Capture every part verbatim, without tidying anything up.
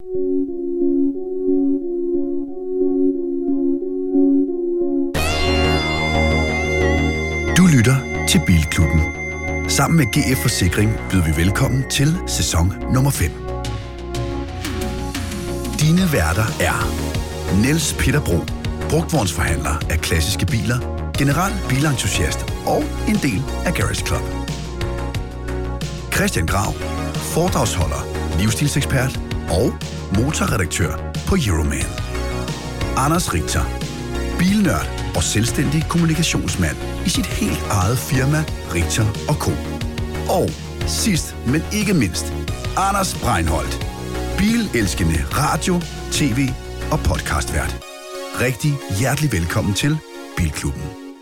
Du lytter til Bilklubben. Sammen med G F Forsikring byder vi velkommen til sæson nummer fem. Dine værter er Niels Peter Bro, brugtvognsforhandler af klassiske biler, general bilentusiast og en del af Garage Club. Christian Grav, foredragsholder, livsstilsekspert og motorredaktør på Euroman. Anders Richter, bilnørd og selvstændig kommunikationsmand i sit helt eget firma Richter og Co. Og sidst, men ikke mindst, Anders Breinholt, bilelskende radio, tv og podcastvært. Rigtig hjertelig velkommen til Bilklubben.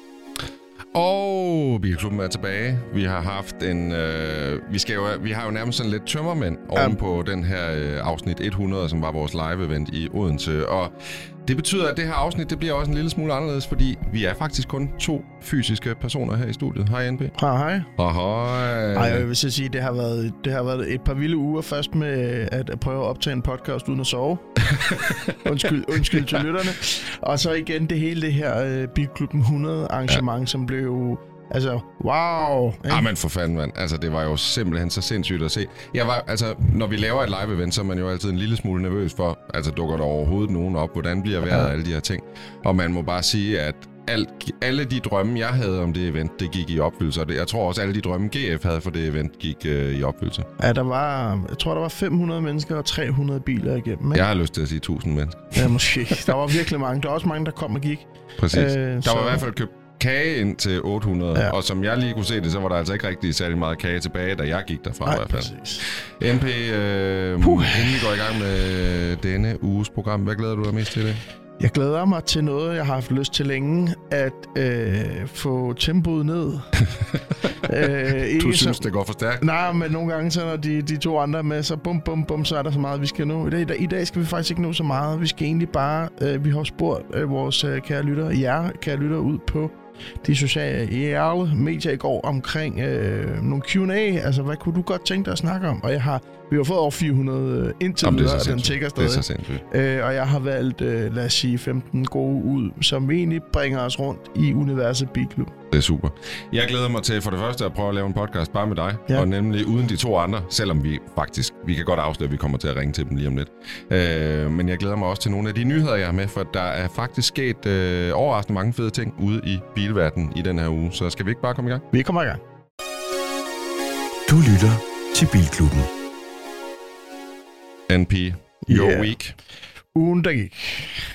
Og Bilklubben er tilbage. Vi har haft en... Øh, vi, skal jo, vi har jo nærmest sådan lidt tømmermænd oven på den her øh, afsnit hundrede, som var vores live-event i Odense. Og det betyder, at det her afsnit det bliver også en lille smule anderledes, fordi vi er faktisk kun to fysiske personer her i studiet. Hej, N B. Hej, hej. Hej. Ej, jeg vil så sige, det har været det har været et par vilde uger først med at prøve at optage en podcast uden at sove. undskyld, undskyld til lytterne. Og så igen det hele det her uh, Bilklubben hundrede arrangement, ja. Som blev... Altså, wow. Ah, men for fanden, mand. Altså, det var jo simpelthen så sindssygt at se. Jeg var, altså, når vi laver et live-event, så er man jo altid en lille smule nervøs for, altså, dukker der overhovedet nogen op? Hvordan bliver vejret af alle de her ting? Og man må bare sige, at alt, alle de drømme, jeg havde om det event, det gik i opfyldelse. Og det, jeg tror også, alle de drømme, G F havde for det event, gik øh, i opfyldelse. Ja, der var, jeg tror, der var fem hundrede mennesker og tre hundrede biler igennem, ikke? Jeg har lyst til at sige tusind mennesker. Ja, måske. Der var virkelig mange. Der var også mange, der kom og gik. Præcis. Øh, der så... var i hvert fald købt kage ind til otte hundrede, ja. Og som jeg lige kunne se det, så var der altså ikke rigtig særlig meget kage tilbage, da jeg gik derfra. Nej, i hvert fald. Præcis. N P, øh, inden vi går i gang med denne uges program, hvad glæder du dig mest til det? Jeg glæder mig til noget, jeg har haft lyst til længe, at øh, få tempoet ned. øh, ikke du synes, så, det går for stærkt? Nej, men nogle gange, så når de, de to andre er med, så bum, bum, bum, så er der så meget, vi skal nå. I dag, I dag skal vi faktisk ikke nå så meget. Vi skal egentlig bare, øh, vi har spurgt øh, vores øh, kære lyttere, jer kære lyttere, ud på de sociale medier i går omkring øh, nogle Q and A. Altså, hvad kunne du godt tænke dig at snakke om? Og jeg har, vi har fået over fire hundrede indtil videre, og den tækker stadig. Det er så sindssygt. Øh, og jeg har valgt, øh, lad os sige, femten gode ud, som egentlig bringer os rundt i universet Bilklub. Det er super. Jeg glæder mig til for det første at prøve at lave en podcast bare med dig, ja. Og nemlig uden de to andre, selvom vi faktisk, vi kan godt afsløre, at vi kommer til at ringe til dem lige om lidt. Øh, men jeg glæder mig også til nogle af de nyheder, jeg har med, for der er faktisk sket øh, overraskende mange fede ting ude i bilverdenen i den her uge. Så skal vi ikke bare komme i gang? Vi kommer i gang. Du lytter til Bilklubben. N P, your yeah. week. Ugen, der gik.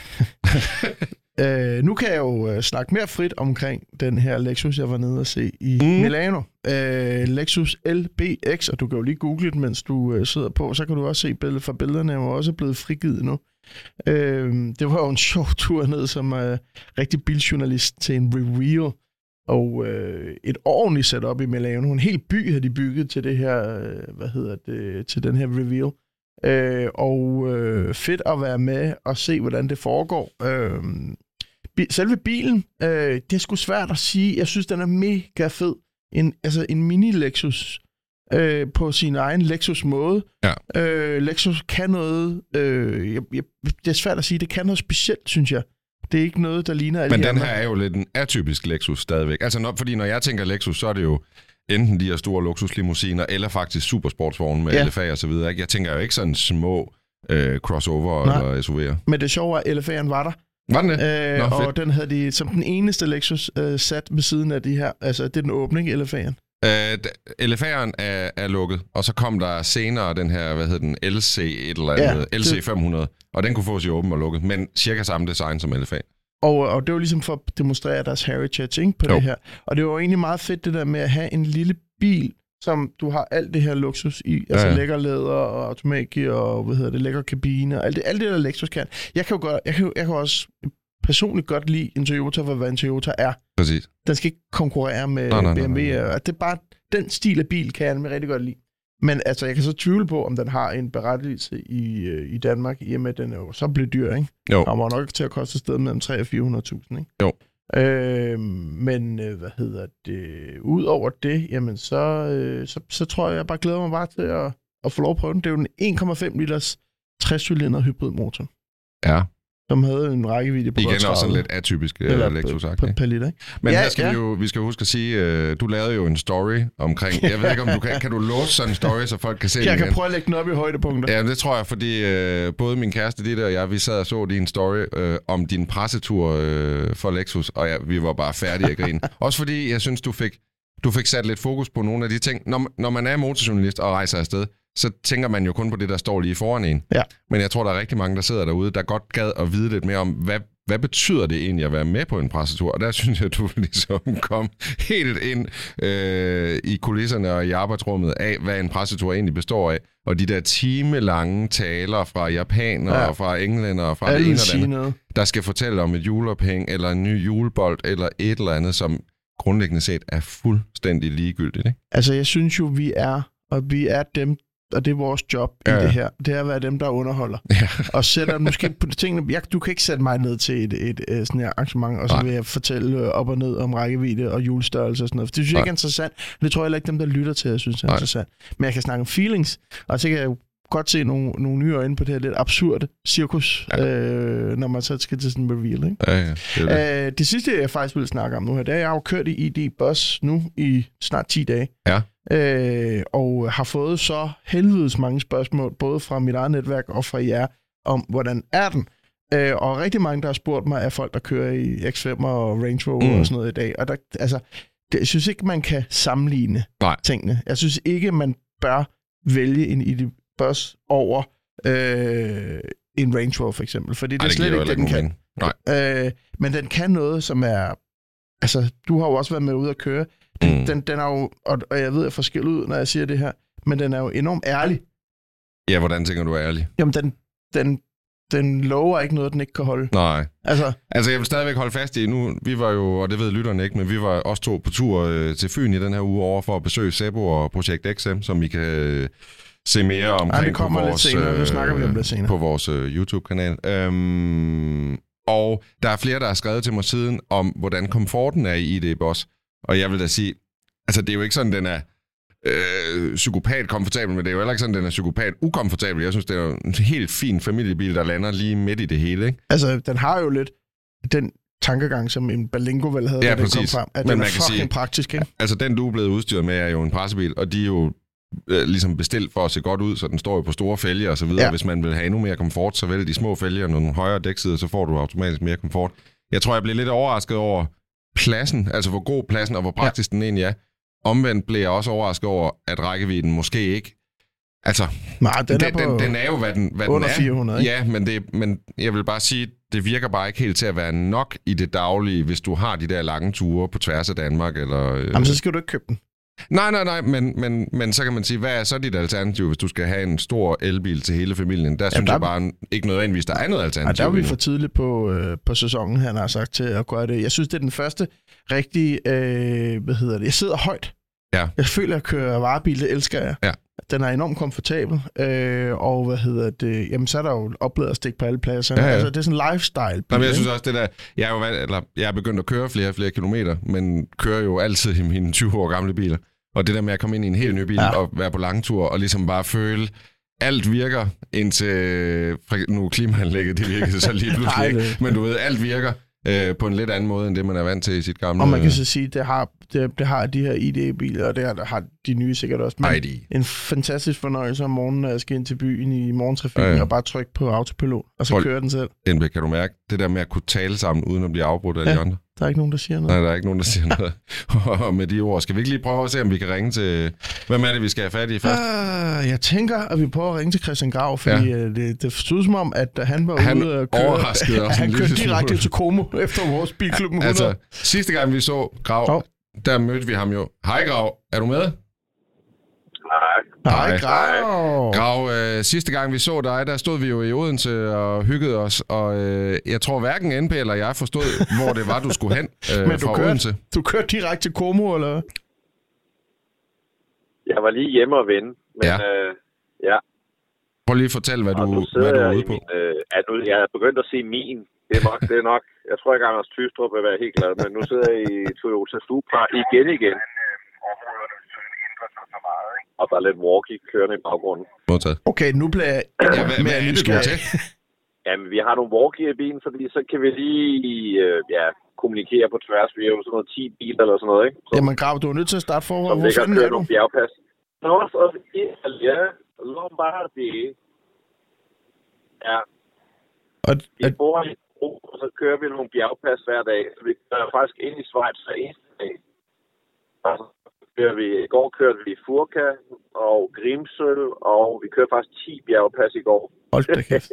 Uh, nu kan jeg jo uh, snakke mere frit omkring den her Lexus, jeg var nede og se i mm. Milano. Uh, Lexus L B X, og du kan jo lige google det, mens du uh, sidder på. Så kan du også se billeder fra billederne, er jo også blevet frigivet nu. Uh, det var jo en sjov tur ned som uh, rigtig biljournalist til en reveal. Og uh, et ordentligt setup i Milano. En hel by havde de bygget til det her, uh, hvad hedder det, til den her reveal. Uh, og uh, fedt at være med og se, hvordan det foregår. Uh, Selve bilen, øh, det er sgu svært at sige. Jeg synes, den er mega fed. En, altså en mini-Lexus øh, på sin egen Lexus-måde. Ja. Øh, Lexus kan noget... Øh, jeg, jeg, det er svært at sige. Det kan noget specielt, synes jeg. Det er ikke noget, der ligner alle. Men den her er jo lidt en atypisk Lexus stadigvæk. Altså, når, fordi når jeg tænker Lexus, så er det jo enten de her store luksuslimousiner, eller faktisk supersportsvogne med ja. L F A og så videre. Jeg tænker jo ikke sådan små øh, crossover Nej. Eller S U V'er. Men det sjove er, at L F A'en var der. Var den det? Øh, Nå, og den havde de som den eneste Lexus øh, sat ved siden af de her. Altså, det er den åbning, L F A'en. Øh, L F A'en er, er lukket, og så kom der senere den her, hvad hedder den, L C et eller andet, ja, L C fem hundrede, og den kunne fås i åben og lukket, men cirka samme design som L F A. Og, og det var ligesom for at demonstrere deres heritage, ikke, på jo. Det her. Og det var egentlig meget fedt, det der med at have en lille bil, som du har alt det her luksus i, altså ja, ja. Lækker læder og automatgear og hvad hedder det, lækker kabine og alt det, alt det der Lexus kan. Jeg kan jo godt, jeg kan, jeg kan også personligt godt lide en Toyota, for hvad en Toyota er. Præcis. Den skal ikke konkurrere med nej, nej, B M W. Nej, nej. Det er bare den stil af bil, kan jeg mig rigtig godt lide. Men altså, jeg kan så tvivle på, om den har en berettigelse i, i Danmark, i og med, at den er jo så blevet dyr, ikke? Jo. Den var nok til at koste et sted mellem tre hundrede og fire hundrede tusind, ikke? Jo. Øh, men, hvad hedder det? Udover det, jamen, så, øh, så, så tror jeg, jeg bare glæder mig bare til at, at få lov at prøve den. Det er jo en en komma fem liters tres-cylinder hybridmotor. Ja. Som havde en rækkevidde på igen tredive. også sådan lidt atypisk uh, Lexus-agtigt. Per, per liter, ikke? Men ja, her skal ja. vi jo vi skal huske at sige, uh, du lavede jo en story omkring, jeg ved ikke om du kan, kan du låse sådan en story, så folk kan se jeg den kan igen? prøve at lægge den op i højdepunkter. Ja, det tror jeg, fordi uh, både min kæreste Ditte og jeg, vi sad og så din story uh, om din pressetur uh, for Lexus, og ja, vi var bare færdige at grine. Også fordi jeg synes, du fik, du fik sat lidt fokus på nogle af de ting. Når, når man er motorjournalist og rejser afsted, så tænker man jo kun på det, der står lige foran en. Ja. Men jeg tror, der er rigtig mange, der sidder derude, der godt gad at vide lidt mere om, hvad, hvad betyder det egentlig at være med på en pressetur? Og der synes jeg, at du ligesom kom helt ind øh, i kulisserne og i arbejdsrummet af, hvad en pressetur egentlig består af. Og de der timelange taler fra japanere ja. og fra englænder og fra Alle det ene og det andet, der skal fortælle om et juleophæng eller en ny julebold eller et eller andet, som grundlæggende set er fuldstændig ligegyldigt, ikke? Altså, jeg synes jo, vi er, og vi er dem, og det er vores job ja, ja. i det her, det er at være dem, der underholder. Ja. Og sætter måske på tingene, jeg, du kan ikke sætte mig ned til et, et, et sådan her arrangement, og så Nej. vil jeg fortælle op og ned om rækkevidde og julestørrelse og sådan noget. For det synes jeg ikke er interessant. Det tror jeg heller ikke, dem, der lytter til, jeg synes er Nej. interessant. Men jeg kan snakke om feelings, og så kan jeg godt se nogle, nogle nye øjne på det her lidt absurde cirkus, ja. øh, når man så skal til sådan en reveal. Ikke? Ja, ja, det, det. Øh, det sidste, jeg faktisk vil snakke om nu her, det er, jeg har jo kørt i I D-Bus nu i snart ti dage. Ja. Øh, og har fået så helvedes mange spørgsmål, både fra mit eget netværk og fra jer, om hvordan er den. Øh, og rigtig mange, der har spurgt mig, er folk, der kører i X fem og Range Rover mm. og sådan noget i dag. Og der, altså, det, jeg synes ikke, man kan sammenligne Nej. tingene. Jeg synes ikke, man bør vælge en I D-Bus over øh, en Range Rover for eksempel, fordi det, Ej, det er slet ikke det, den kan. Nej. Øh, men den kan noget, som er... Altså, du har jo også været med ude at køre. Den, mm. den, den er jo, og, og jeg ved, jeg får skæld ud, når jeg siger det her, men den er jo enormt ærlig. Ja, hvordan tænker du er ærlig? Jamen, den, den, den lover ikke noget, den ikke kan holde. Nej. Altså, altså, jeg vil stadigvæk holde fast i, nu, vi var jo, og det ved lytterne ikke, men vi var også to på tur øh, til Fyn i den her uge over for at besøge Sebo og Projekt X M, som I kan øh, se mere omkring Ej, på vores, senere. Nu snakker vi om det senere. På vores øh, YouTube-kanal. Øhm, og der er flere, der har skrevet til mig siden om, hvordan komforten er i I D-Bus. Og jeg vil da sige, altså det er jo ikke sådan, den er øh, psykopat komfortabel, men det er jo heller ikke sådan, den er psykopat ukomfortabel. Jeg synes, det er jo en helt fin familiebil, der lander lige midt i det hele, ikke? Altså, den har jo lidt den tankegang, som en Berlingo vel havde, ja, da den præcis. kom frem. At men den man er kan fucking sige, praktisk, ikke? Altså, den du er blevet udstyret med, er jo en pressebil, og de er jo øh, ligesom bestilt for at se godt ud, så den står jo på store fælger og så videre. Ja. Hvis man vil have endnu mere komfort, så vælg de små fælger og nogle højere dæksider, så får du automatisk mere komfort. Jeg tror, jeg blev lidt overrasket over pladsen, altså hvor god pladsen og hvor praktisk ja. den egentlig er. Omvendt blev jeg også overrasket over, at rækkevidden måske ikke... Altså, Nej, den, den, er på den, den er jo, hvad den, hvad under den er. fire hundrede, ikke? Ja, men, det, men jeg vil bare sige, det virker bare ikke helt til at være nok i det daglige, hvis du har de der lange ture på tværs af Danmark. Eller, øh... Jamen, så skal du ikke købe den. Nej, nej, nej, men, men, men så kan man sige, hvad er så dit alternativ, hvis du skal have en stor elbil til hele familien? Der ja, synes der... jeg bare ikke nødvendigvis, der er noget alternativ. Ja, der er vi for tidligt på, øh, på sæsonen, han har sagt, til at gøre det. Jeg synes, det er den første rigtige, øh, hvad hedder det, jeg sidder højt. Ja. Jeg føler, at jeg kører varebil, det elsker jeg. Ja. Den er enormt komfortabel, øh, og hvad hedder det, jamen så er der jo opladerstik på alle pladser. Ja, ja. Altså, det er sådan en lifestyle. Nå, men jeg synes også, det der, jeg er jo valgt, eller, jeg er begyndt at køre flere og flere kilometer, men kører jo altid i mine tyve år gamle biler. Og det der med at komme ind i en helt ny bil ja. og være på langtur, og ligesom bare føle, alt virker indtil, nu klimaanlægget, det virker så lige pludselig ikke, men du ved, alt virker øh, på en lidt anden måde, end det man er vant til i sit gamle... Og man kan så sige, det har, det, det har de her I D-biler, og det har, har de nye sikkert også. Men I D. En fantastisk fornøjelse om morgenen, når jeg skal ind til byen i morgentrafikken, ja, ja. og bare trykke på autopilot, og så Hold, kører den selv. Indblik, kan du mærke, det der med at kunne tale sammen, uden at blive afbrudt af ja. de andre? Der er ikke nogen, der siger noget. Nej, der er ikke nogen, der siger noget. Og med de ord, skal vi ikke lige prøve at se, om vi kan ringe til... Hvem er det, vi skal have fat i først? Uh, jeg tænker, at vi prøver at ringe til Christian Grav, fordi ja. det, det stod som om, at han var han ude og køre... overraskede os han kørte direkte til Como efter vores bilklub med hundrede. Altså, sidste gang vi så Grav, oh. der mødte vi ham jo. Hej Grav, er du med? Hej. Hej, Grav. Grav, øh, sidste gang vi så dig, der stod vi jo i Odense og hyggede os, og øh, jeg tror hverken N P eller jeg forstod, hvor det var, du skulle hen øh, Men du fra kørte, Odense. du kørte direkte til Como, eller? Jeg var lige hjemme og vende, men ja. Øh, ja. Prøv lige at fortælle, hvad du, hvad du er ude på. Min, øh, at nu, jeg er begyndt at se min. Det er nok, det er nok. Jeg tror ikke, Anders Tystrup vil være helt glad, men nu sidder jeg i Toyota Supra igen igen. og der er lidt walkie kørende i baggrunden. Modtaget. Okay, nu bliver jeg ja, hvad, hvad er det, du til? Jamen, vi har nogle walkie i bilen, fordi så kan vi lige øh, ja, kommunikere på tværs. Vi er jo sådan noget ti biler eller sådan noget, ikke? Så, Jamen, Grav, du er nødt til at starte forfra. Hvor fanden er du? Nogle bjergpas. North of Italia, Lombardi. Ja. Og, vi bor i Bro, og så kører vi nogle bjergpas hver dag. Så vi kører faktisk ind i Schweiz hver eneste dag. Altså, vi, i går kørte vi Furka og Grimsøl, og vi kørte faktisk ti bjergpas i går. Hold da kæft.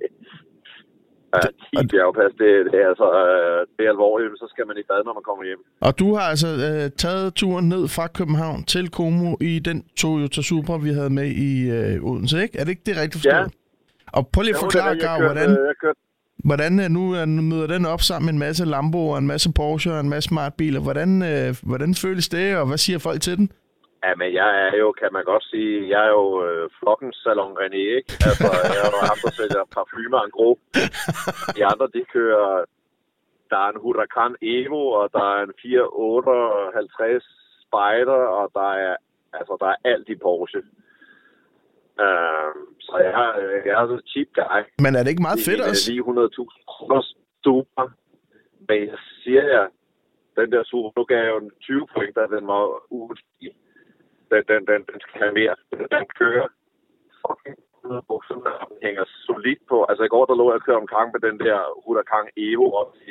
Ja, ti bjergpas, det, det er altså det er alvorligt, så skal man i bad, når man kommer hjem. Og du har altså øh, taget turen ned fra København til Como i den Toyota Supra, vi havde med i øh, Odense, ikke? Er det ikke det rigtigt forstået? Ja. Og prøv lige at forklare, Grav, hvordan, hvordan nu møder den op sammen med en masse Lamboer, en masse Porsche og en masse smartbiler. Hvordan, øh, hvordan føles det, og hvad siger folk til den? Ja, men jeg er jo, kan man godt sige, jeg er jo øh, flokkens Salon René, ikke? Altså, jeg er jo ham, der sælger parfumer en gro. De andre, de kører, der er en Huracan Evo, og der er en fire otteoghalvtreds Spider, og der er, altså, der er alt i Porsche. Uh, så jeg, jeg er så cheap guy. Men er det ikke meget fedt også? ni hundrede tusind kroner Supra. Men jeg siger jer, den der Supra, nu gav jeg jo tyve point, da den var ude. Den, den, den, den skal have mere. Den kører fucking bukserne, den hænger solidt på. Altså i går, der lå jeg og kørte omkring med den der Huracan Evo op i.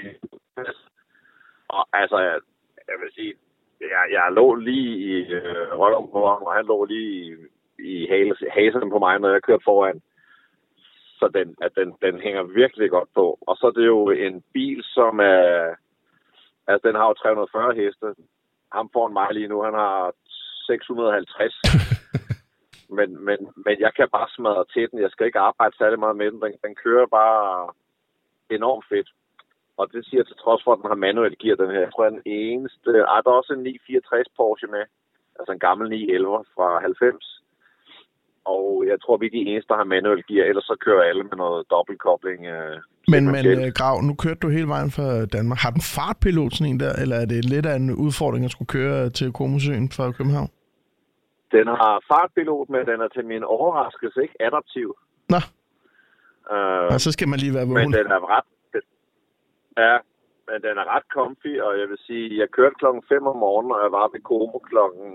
Og altså, jeg, jeg vil sige, jeg, jeg lå lige i øh, røven på ham, og han lå lige i, i haserne på mig, når jeg kørte foran. Så den, at den, den hænger virkelig godt på. Og så er det jo en bil, som er... Altså, den har jo tre hundrede og fyrre heste. Ham foran mig lige nu, han har seks hundrede og halvtreds. men, men, men jeg kan bare smadre til den. Jeg skal ikke arbejde særlig meget med den. Den, den kører bare enormt fedt. Og det siger til trods for, at den har manuelt gear, den her. Jeg tror, jeg er den eneste... Ej, der er også en ni fireogtres Porsche med. Altså en gammel ni elleve fra halvfems. Og jeg tror, vi er de eneste, der har manuelt gear. Ellers så kører alle med noget dobbeltkobling. Øh, men men Grav, nu kørte du hele vejen fra Danmark. Har den fartpilot sådan en der, eller er det lidt af en udfordring at skulle køre til Comosøen fra København? Den har fartpilot, men den er til min overraskelse ikke adaptiv. Nå. Øh, og så skal man lige være vågen. Men den er ret... Ja, men den er ret comfy, og jeg vil sige, jeg kørte klokken fem om morgenen, og jeg var ved Como klokken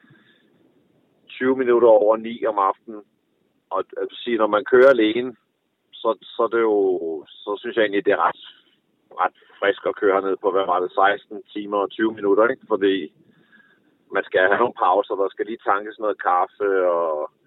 tyve minutter over ni om aftenen. Og jeg vil sige, når man kører alene, så, så er det jo, så synes jeg egentlig, det er ret, ret frisk at køre ned på, hvad var det, seksten timer og tyve minutter, ikke? Fordi man skal have nogle pauser, der skal lige tankes noget kaffe, og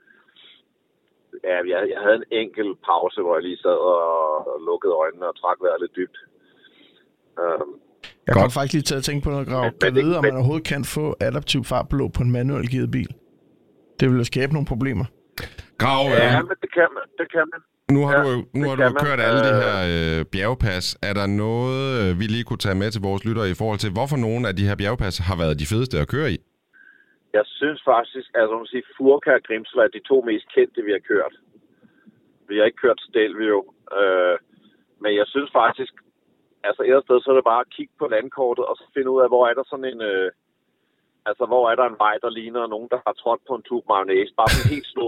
ja, jeg, jeg havde en enkelt pause, hvor jeg lige sad og, og lukkede øjnene og trak vejret lidt dybt. Um, jeg kan faktisk lige tage at tænke på noget, Grav. Jeg ved, om man overhovedet kan få adaptiv fartpilot på en manuelt gearet bil. Det vil jo skabe nogle problemer. Grav, ja, øh, men det kan man. Det kan man. Nu har ja, du, nu har du kørt alle de her øh, bjergpas. Er der noget, vi lige kunne tage med til vores lyttere i forhold til, hvorfor nogle af de her bjergpas har været de fedeste at køre i? Jeg synes faktisk, altså man siger, Furka og Grimsøl er de to mest kendte, vi har kørt. Vi har ikke kørt Stelvio. Øh, men jeg synes faktisk, altså et sted, så er det bare at kigge på landkortet, og så finde ud af, hvor er der sådan en... Øh, altså, hvor er der en vej, der ligner nogen, der har trådt på en tube mayonnaise. Bare sådan helt stort.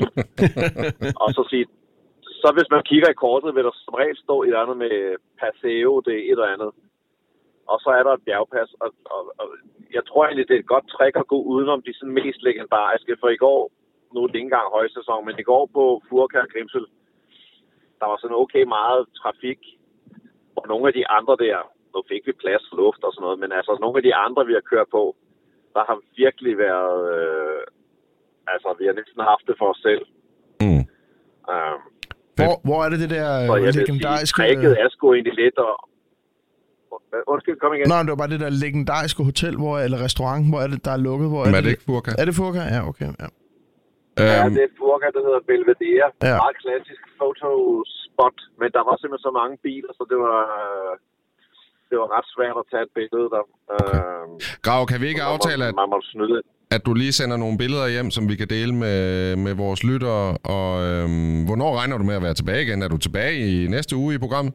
Og så sige... Så hvis man kigger i kortet, vil der som regel stå et eller andet med Paseo, det er et eller andet. Og så er der et bjergpas. Og, og, og jeg tror egentlig, det er et godt trick at gå udenom de sådan mest legendariske. For i går, nu er det ikke engang højsæson, men i går på Furka og Grimsøl, der var sådan okay meget trafik. Og nogle af de andre der, nu fik vi plads og luft og sådan noget, men altså nogle af de andre, vi har kørt på, der har virkelig været, øh, altså vi har næsten haft det for os selv. Mm. Um, Hvor, hvor er det det der så jeg legendariske... Sige, trækket er sgu egentlig lidt, og... Undskyld, kom igen. Nå, det var bare det der legendariske hotel, hvor, eller restaurant, hvor er det, der er lukket? Hvor er, Men det, er det ikke Furka? Er det Furka? Ja, okay. Ja, ja det er Furka, der hedder Belvedere. Ja. Meget klassisk fotospot, men der var simpelthen så mange biler, så det var... Det var ret svært at tage et billede der. Okay. Uh, Grav, kan vi ikke aftale, at... Man må snyde. At du lige sender nogle billeder hjem, som vi kan dele med, med vores lyttere. Og øhm, hvornår regner du med at være tilbage igen? Er du tilbage i næste uge i programmet?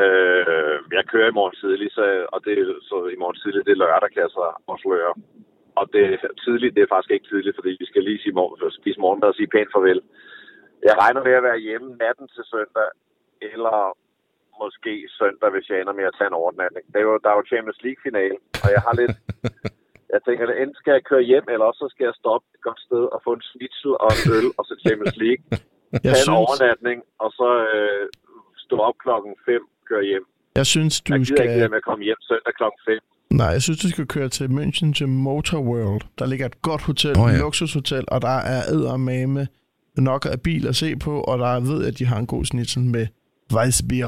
Øh, jeg kører i morgen tidlig, så, og det, så i morgen tidlig, det er lørdag, kan jeg så afsløre. Og det er tidligt, det er faktisk ikke tidligt, fordi vi skal lige sige morgen, spise morgenmad og sige pænt farvel. Jeg regner med at være hjemme natten til søndag, eller måske søndag, hvis jeg ender med at tage en overnatning. Der er jo, der er jo Champions League-finale, og jeg har lidt... Jeg tænker, at enten skal jeg køre hjem, eller også så skal jeg stoppe et godt sted og få en schnitzel og en øl, og så Champions League. Tage en synes... overnatning, og så øh, stå op klokken fem, køre hjem. Jeg synes, du jeg skal... ikke med at komme hjem søndag klokken fem. Nej, jeg synes, du skal køre til München til Motor World. Der ligger et godt hotel, oh, ja. et luksushotel, og der er eddermame nok af bil at se på, og der ved at de har en god schnitzel med Weissbier.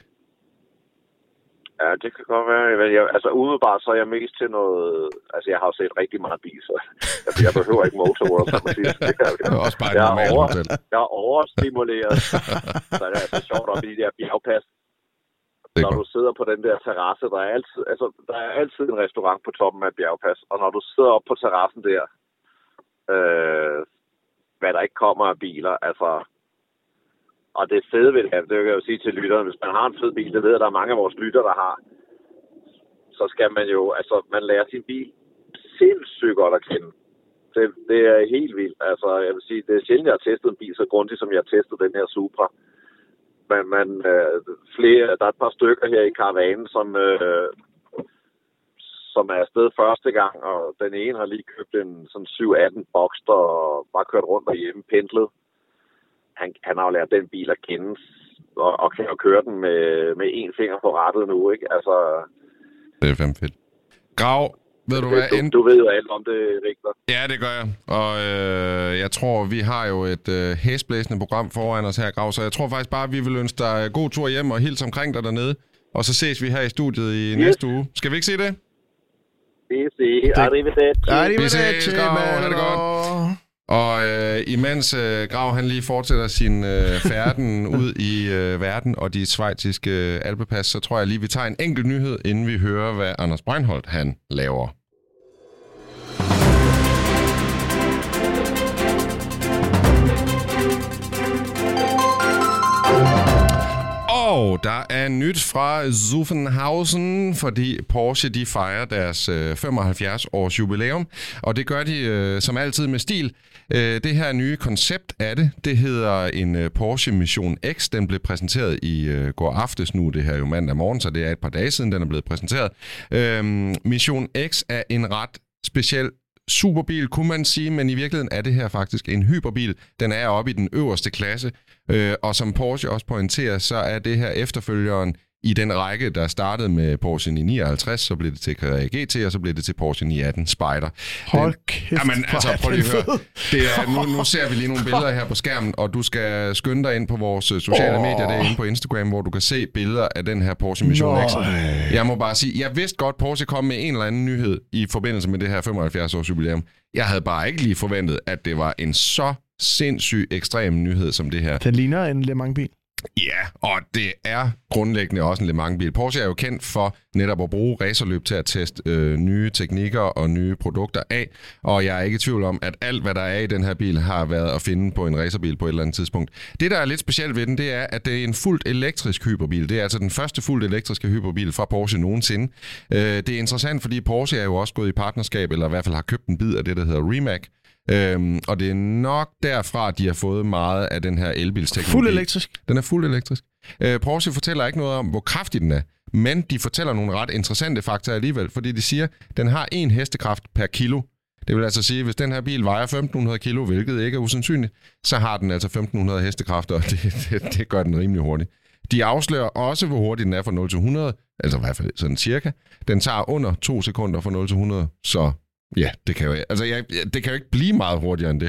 Ja, det kan godt være. Jeg, altså umiddelbart så er jeg mest til noget... Altså jeg har jo set rigtig meget bil, så jeg, jeg behøver ikke Motor World, som man siger. Det er, det er også bare et jeg normalt over, hotel. Jeg er overstimuleret. Så det er altså sjovt op i de der bjergpas. Når du sidder på den der terrasse, der er altid, altså, der er altid en restaurant på toppen af et bjergpas. Og når du sidder op på terrassen der, øh, hvad der ikke kommer af biler, altså... Og det fede ved det, det kan jeg jo sige til lytterne, hvis man har en fed bil, det ved jeg, der er mange af vores lyttere, der har, så skal man jo, altså man lærer sin bil sindssygt godt at kende. Det, det er helt vildt. Altså jeg vil sige, det er sjældent, jeg har testet en bil så grundigt, som jeg har testet den her Supra. Men man, øh, flere, der er et par stykker her i karavanen, som, øh, som er afsted første gang, og den ene har lige købt en sådan syv atten Boxster og bare kørt rundt derhjemme, pendlet. Han, han har jo lært den bil at kende, og, og kan jo køre den med, med én finger på rattet nu, ikke? Altså... Det er fandme fedt. Grav, ved du hvad? Du, du ved jo alt om det, Victor. Ja, det gør jeg. Og øh, jeg tror, vi har jo et øh, hæsblæsende program foran os her, Grav, så jeg tror faktisk bare, at vi vil ønske dig god tur hjem og hils omkring dig dernede. Og så ses vi her i studiet i yes. næste uge. Skal vi ikke se det? Vi ses. Arrivederci. Arrivederci, Grav. Ha' det godt. Og øh, imens øh, Grav han lige fortsætter sin øh, færden ud i øh, verden og de schweiziske øh, alpepas, så tror jeg lige, vi tager en enkelt nyhed, inden vi hører, hvad Anders Breinholt han laver. Og der er nyt fra Zuffenhausen, fordi Porsche de fejrer deres øh, femoghalvfjerds års jubilæum, og det gør de øh, som altid med stil. Øh, det her nye koncept af det, det hedder en øh, Porsche Mission X. Den blev præsenteret i øh, går aftes nu, det her er jo mandag morgen, så det er et par dage siden, den er blevet præsenteret. Øh, Mission X er en ret speciel superbil, kunne man sige, men i virkeligheden er det her faktisk en hyperbil. Den er oppe i den øverste klasse, øh, og som Porsche også pointerer, så er det her efterfølgeren i den række, der startede med Porsche ni nioghalvtreds, så blev det til Carrera G T, og så blev det til Porsche ni atten Spider. Hold kæft, jamen, altså, prøv lige at høre. Det er, nu, nu ser vi lige nogle billeder her på skærmen, og du skal skynde dig ind på vores sociale oh. medier derinde på Instagram, hvor du kan se billeder af den her Porsche Mission X. Jeg må bare sige, jeg vidste godt, Porsche kom med en eller anden nyhed i forbindelse med det her femoghalvfjerds års jubilæum. Jeg havde bare ikke lige forventet, at det var en så sindssyg ekstrem nyhed som det her. Det ligner en Le Mans bil. Ja, og det er grundlæggende også en Le Mans-bil. Porsche er jo kendt for netop at bruge racerløb til at teste øh, nye teknikker og nye produkter af, og jeg er ikke i tvivl om, at alt, hvad der er i den her bil, har været at finde på en racerbil på et eller andet tidspunkt. Det, der er lidt specielt ved den, det er, at det er en fuldt elektrisk hyperbil. Det er altså den første fuldt elektriske hyperbil fra Porsche nogensinde. Øh, det er interessant, fordi Porsche er jo også gået i partnerskab, eller i hvert fald har købt en bid af det, der hedder Rimac. Øhm, og det er nok derfra, de har fået meget af den her elbilsteknologi. Fuld elektrisk? Den er fuld elektrisk. Øh, Porsche fortæller ikke noget om, hvor kraftig den er, men de fortæller nogle ret interessante fakta alligevel, fordi de siger, at den har en hestekraft per kilo. Det vil altså sige, at hvis den her bil vejer femten hundrede kilo, hvilket ikke er usandsynligt, så har den altså femten hundrede hestekræfter, og det, det, det gør den rimelig hurtigt. De afslører også, hvor hurtigt den er fra nul til hundrede, altså i hvert fald sådan cirka. Den tager under to sekunder fra nul til hundrede, så ja, det kan jo, altså, jeg, det kan jo ikke blive meget hurtigere end det.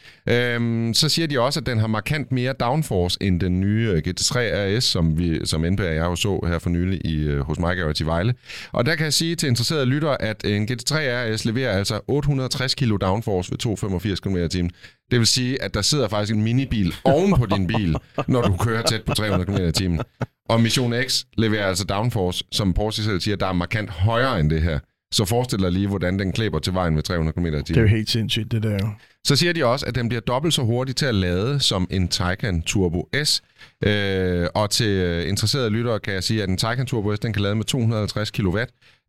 Øhm, så siger de også, at den har markant mere downforce end den nye G T tre R S, som, vi, som N B og jeg jo så her for nylig i, hos mig Garrett i Vejle. Og der kan jeg sige til interesserede lyttere, at en G T tre R S leverer altså otte hundrede og tres kilo downforce ved to hundrede og femogfirs kilometer i timen. Det vil sige, at der sidder faktisk en minibil oven på din bil, når du kører tæt på tre hundrede kilometer i timen. Og Mission X leverer altså downforce, som Porsche selv siger, der er markant højere end det her. Så forestil dig lige, hvordan den klæber til vejen med tre hundrede kilometer i timen. Det er jo helt sindssygt, det der jo. Så siger de også, at den bliver dobbelt så hurtig til at lade som en Taycan Turbo S. Øh, og til interesserede lyttere kan jeg sige, at en Taycan Turbo S, den kan lade med to hundrede og halvtreds kilowatt.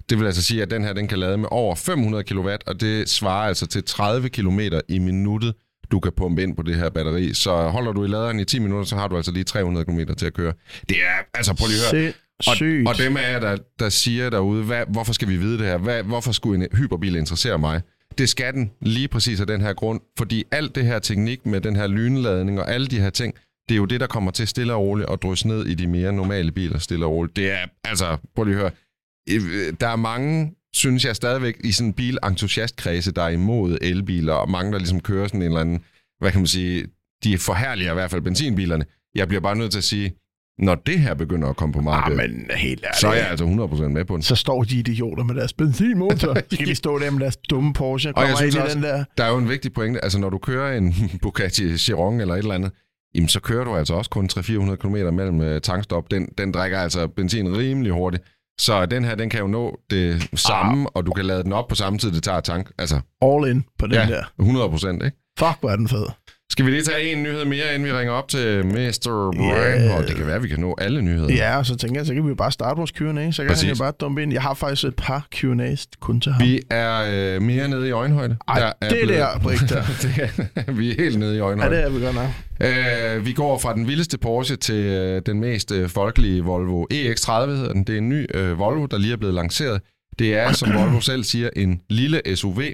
Det vil altså sige, at den her den kan lade med over fem hundrede kilowatt, og det svarer altså til tredive kilometer i minuttet, du kan pumpe ind på det her batteri. Så holder du i laderen i ti minutter, så har du altså lige tre hundrede kilometer til at køre. Det er, altså prøv lige at høre. Og, og dem af jer, der, der siger derude, hvad, hvorfor skal vi vide det her? Hvad, hvorfor skulle en hyperbil interessere mig? Det skal den lige præcis af den her grund, fordi alt det her teknik med den her lynladning og alle de her ting, det er jo det, der kommer til stille og roligt og drysse ned i de mere normale biler stille og roligt. Det er, altså, prøv lige at høre, der er mange, synes jeg stadigvæk, i sådan en bilentusiastkredse, der er imod elbiler, og mange, der ligesom kører sådan en eller anden, hvad kan man sige, de forhærliger i hvert fald benzinbilerne. Jeg bliver bare nødt til at sige, når det her begynder at komme på markedet, ah, men helt ærligt, så er jeg altså hundrede procent med på den. Så står de idioter med deres benzinmotor. Skal de stå der med deres dumme Porsche? Og jeg synes også, den der... der er jo en vigtig pointe. Altså, når du kører en Bugatti Chiron eller et eller andet, jamen, så kører du altså også kun tre til fire hundrede kilometer mellem tankstop. Den, den drikker altså benzin rimelig hurtigt. Så den her, den kan jo nå det samme, ah. og du kan lade den op på samme tid, det tager tank. Altså, all in på den ja, der. hundrede procent, ikke? Fuck, hvor er den fed. Skal vi lige tage en nyhed mere, inden vi ringer op til mister Brian? Yeah. Og det kan være, at vi kan nå alle nyheder. Ja, og så tænker jeg, så kan vi jo bare starte vores Q and A. Så kan Præcis. han jo bare dumpe ind. Jeg har faktisk et par Q and A's kun til ham. Vi er øh, mere nede i øjenhøjde. Ej, der er det er blevet... der, Brik, der. Vi er helt nede i øjenhøjde. Ja, det er vi godt nok. Øh, vi går fra den vildeste Porsche til øh, den mest øh, folkelige Volvo E X tredive, hedder den. Det er en ny øh, Volvo, der lige er blevet lanceret. Det er, som Volvo selv siger, en lille S U V.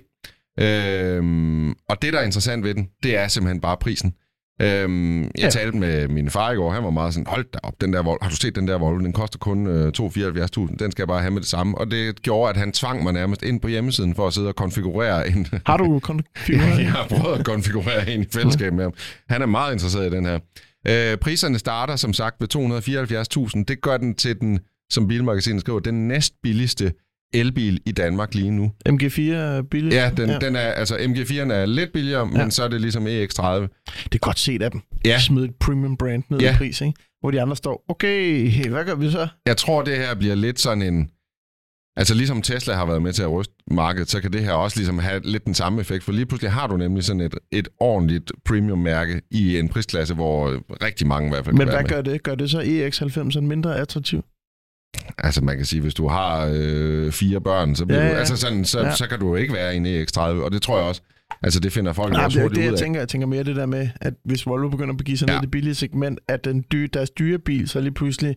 Øhm, og det, der er interessant ved den, det er simpelthen bare prisen. Øhm, jeg ja. talte med min far i går, han var meget sådan, hold da op, den der Volvo, har du set den der Volvo, den koster kun øh, to hundrede og fireoghalvfjerds tusind, den skal jeg bare have med det samme. Og det gjorde, at han tvang mig nærmest ind på hjemmesiden for at sidde og konfigurere en... Har du konfigureret? Jeg har prøvet at konfigurere en i fællesskab med ham. Han er meget interesseret i den her. Øh, priserne starter som sagt ved to hundrede og fireoghalvfjerds tusind. Det gør den til den, som Bilmagasinet skriver, den næstbilligste elbil i Danmark lige nu. M G fire billig? Ja, den, ja. den er, altså M G fire'en er lidt billigere, ja. men så er det ligesom E X tredive. Det er godt set af dem. Ja. Smid et premium brand ned ja. i pris, ikke? Hvor de andre står, okay, hvad gør vi så? Jeg tror, det her bliver lidt sådan en... Altså ligesom Tesla har været med til at ryste markedet, så kan det her også ligesom have lidt den samme effekt, for lige pludselig har du nemlig sådan et, et ordentligt premium-mærke i en prisklasse, hvor rigtig mange i hvert fald Men hvad gør det? Gør det så E X halvfems mindre attraktiv? Altså man kan sige, hvis du har øh, fire børn, så, bliver ja, ja. Du, altså sådan, så, ja. så kan du jo ikke være i en E X tredive, og det tror jeg også, altså det finder folk Nej, også hurtigt det, ud af. Jeg tænker, jeg tænker mere det der med, at hvis Volvo begynder at begive sig ja. ned i det billige segment, at den dyre, deres dyre bil, så lige pludselig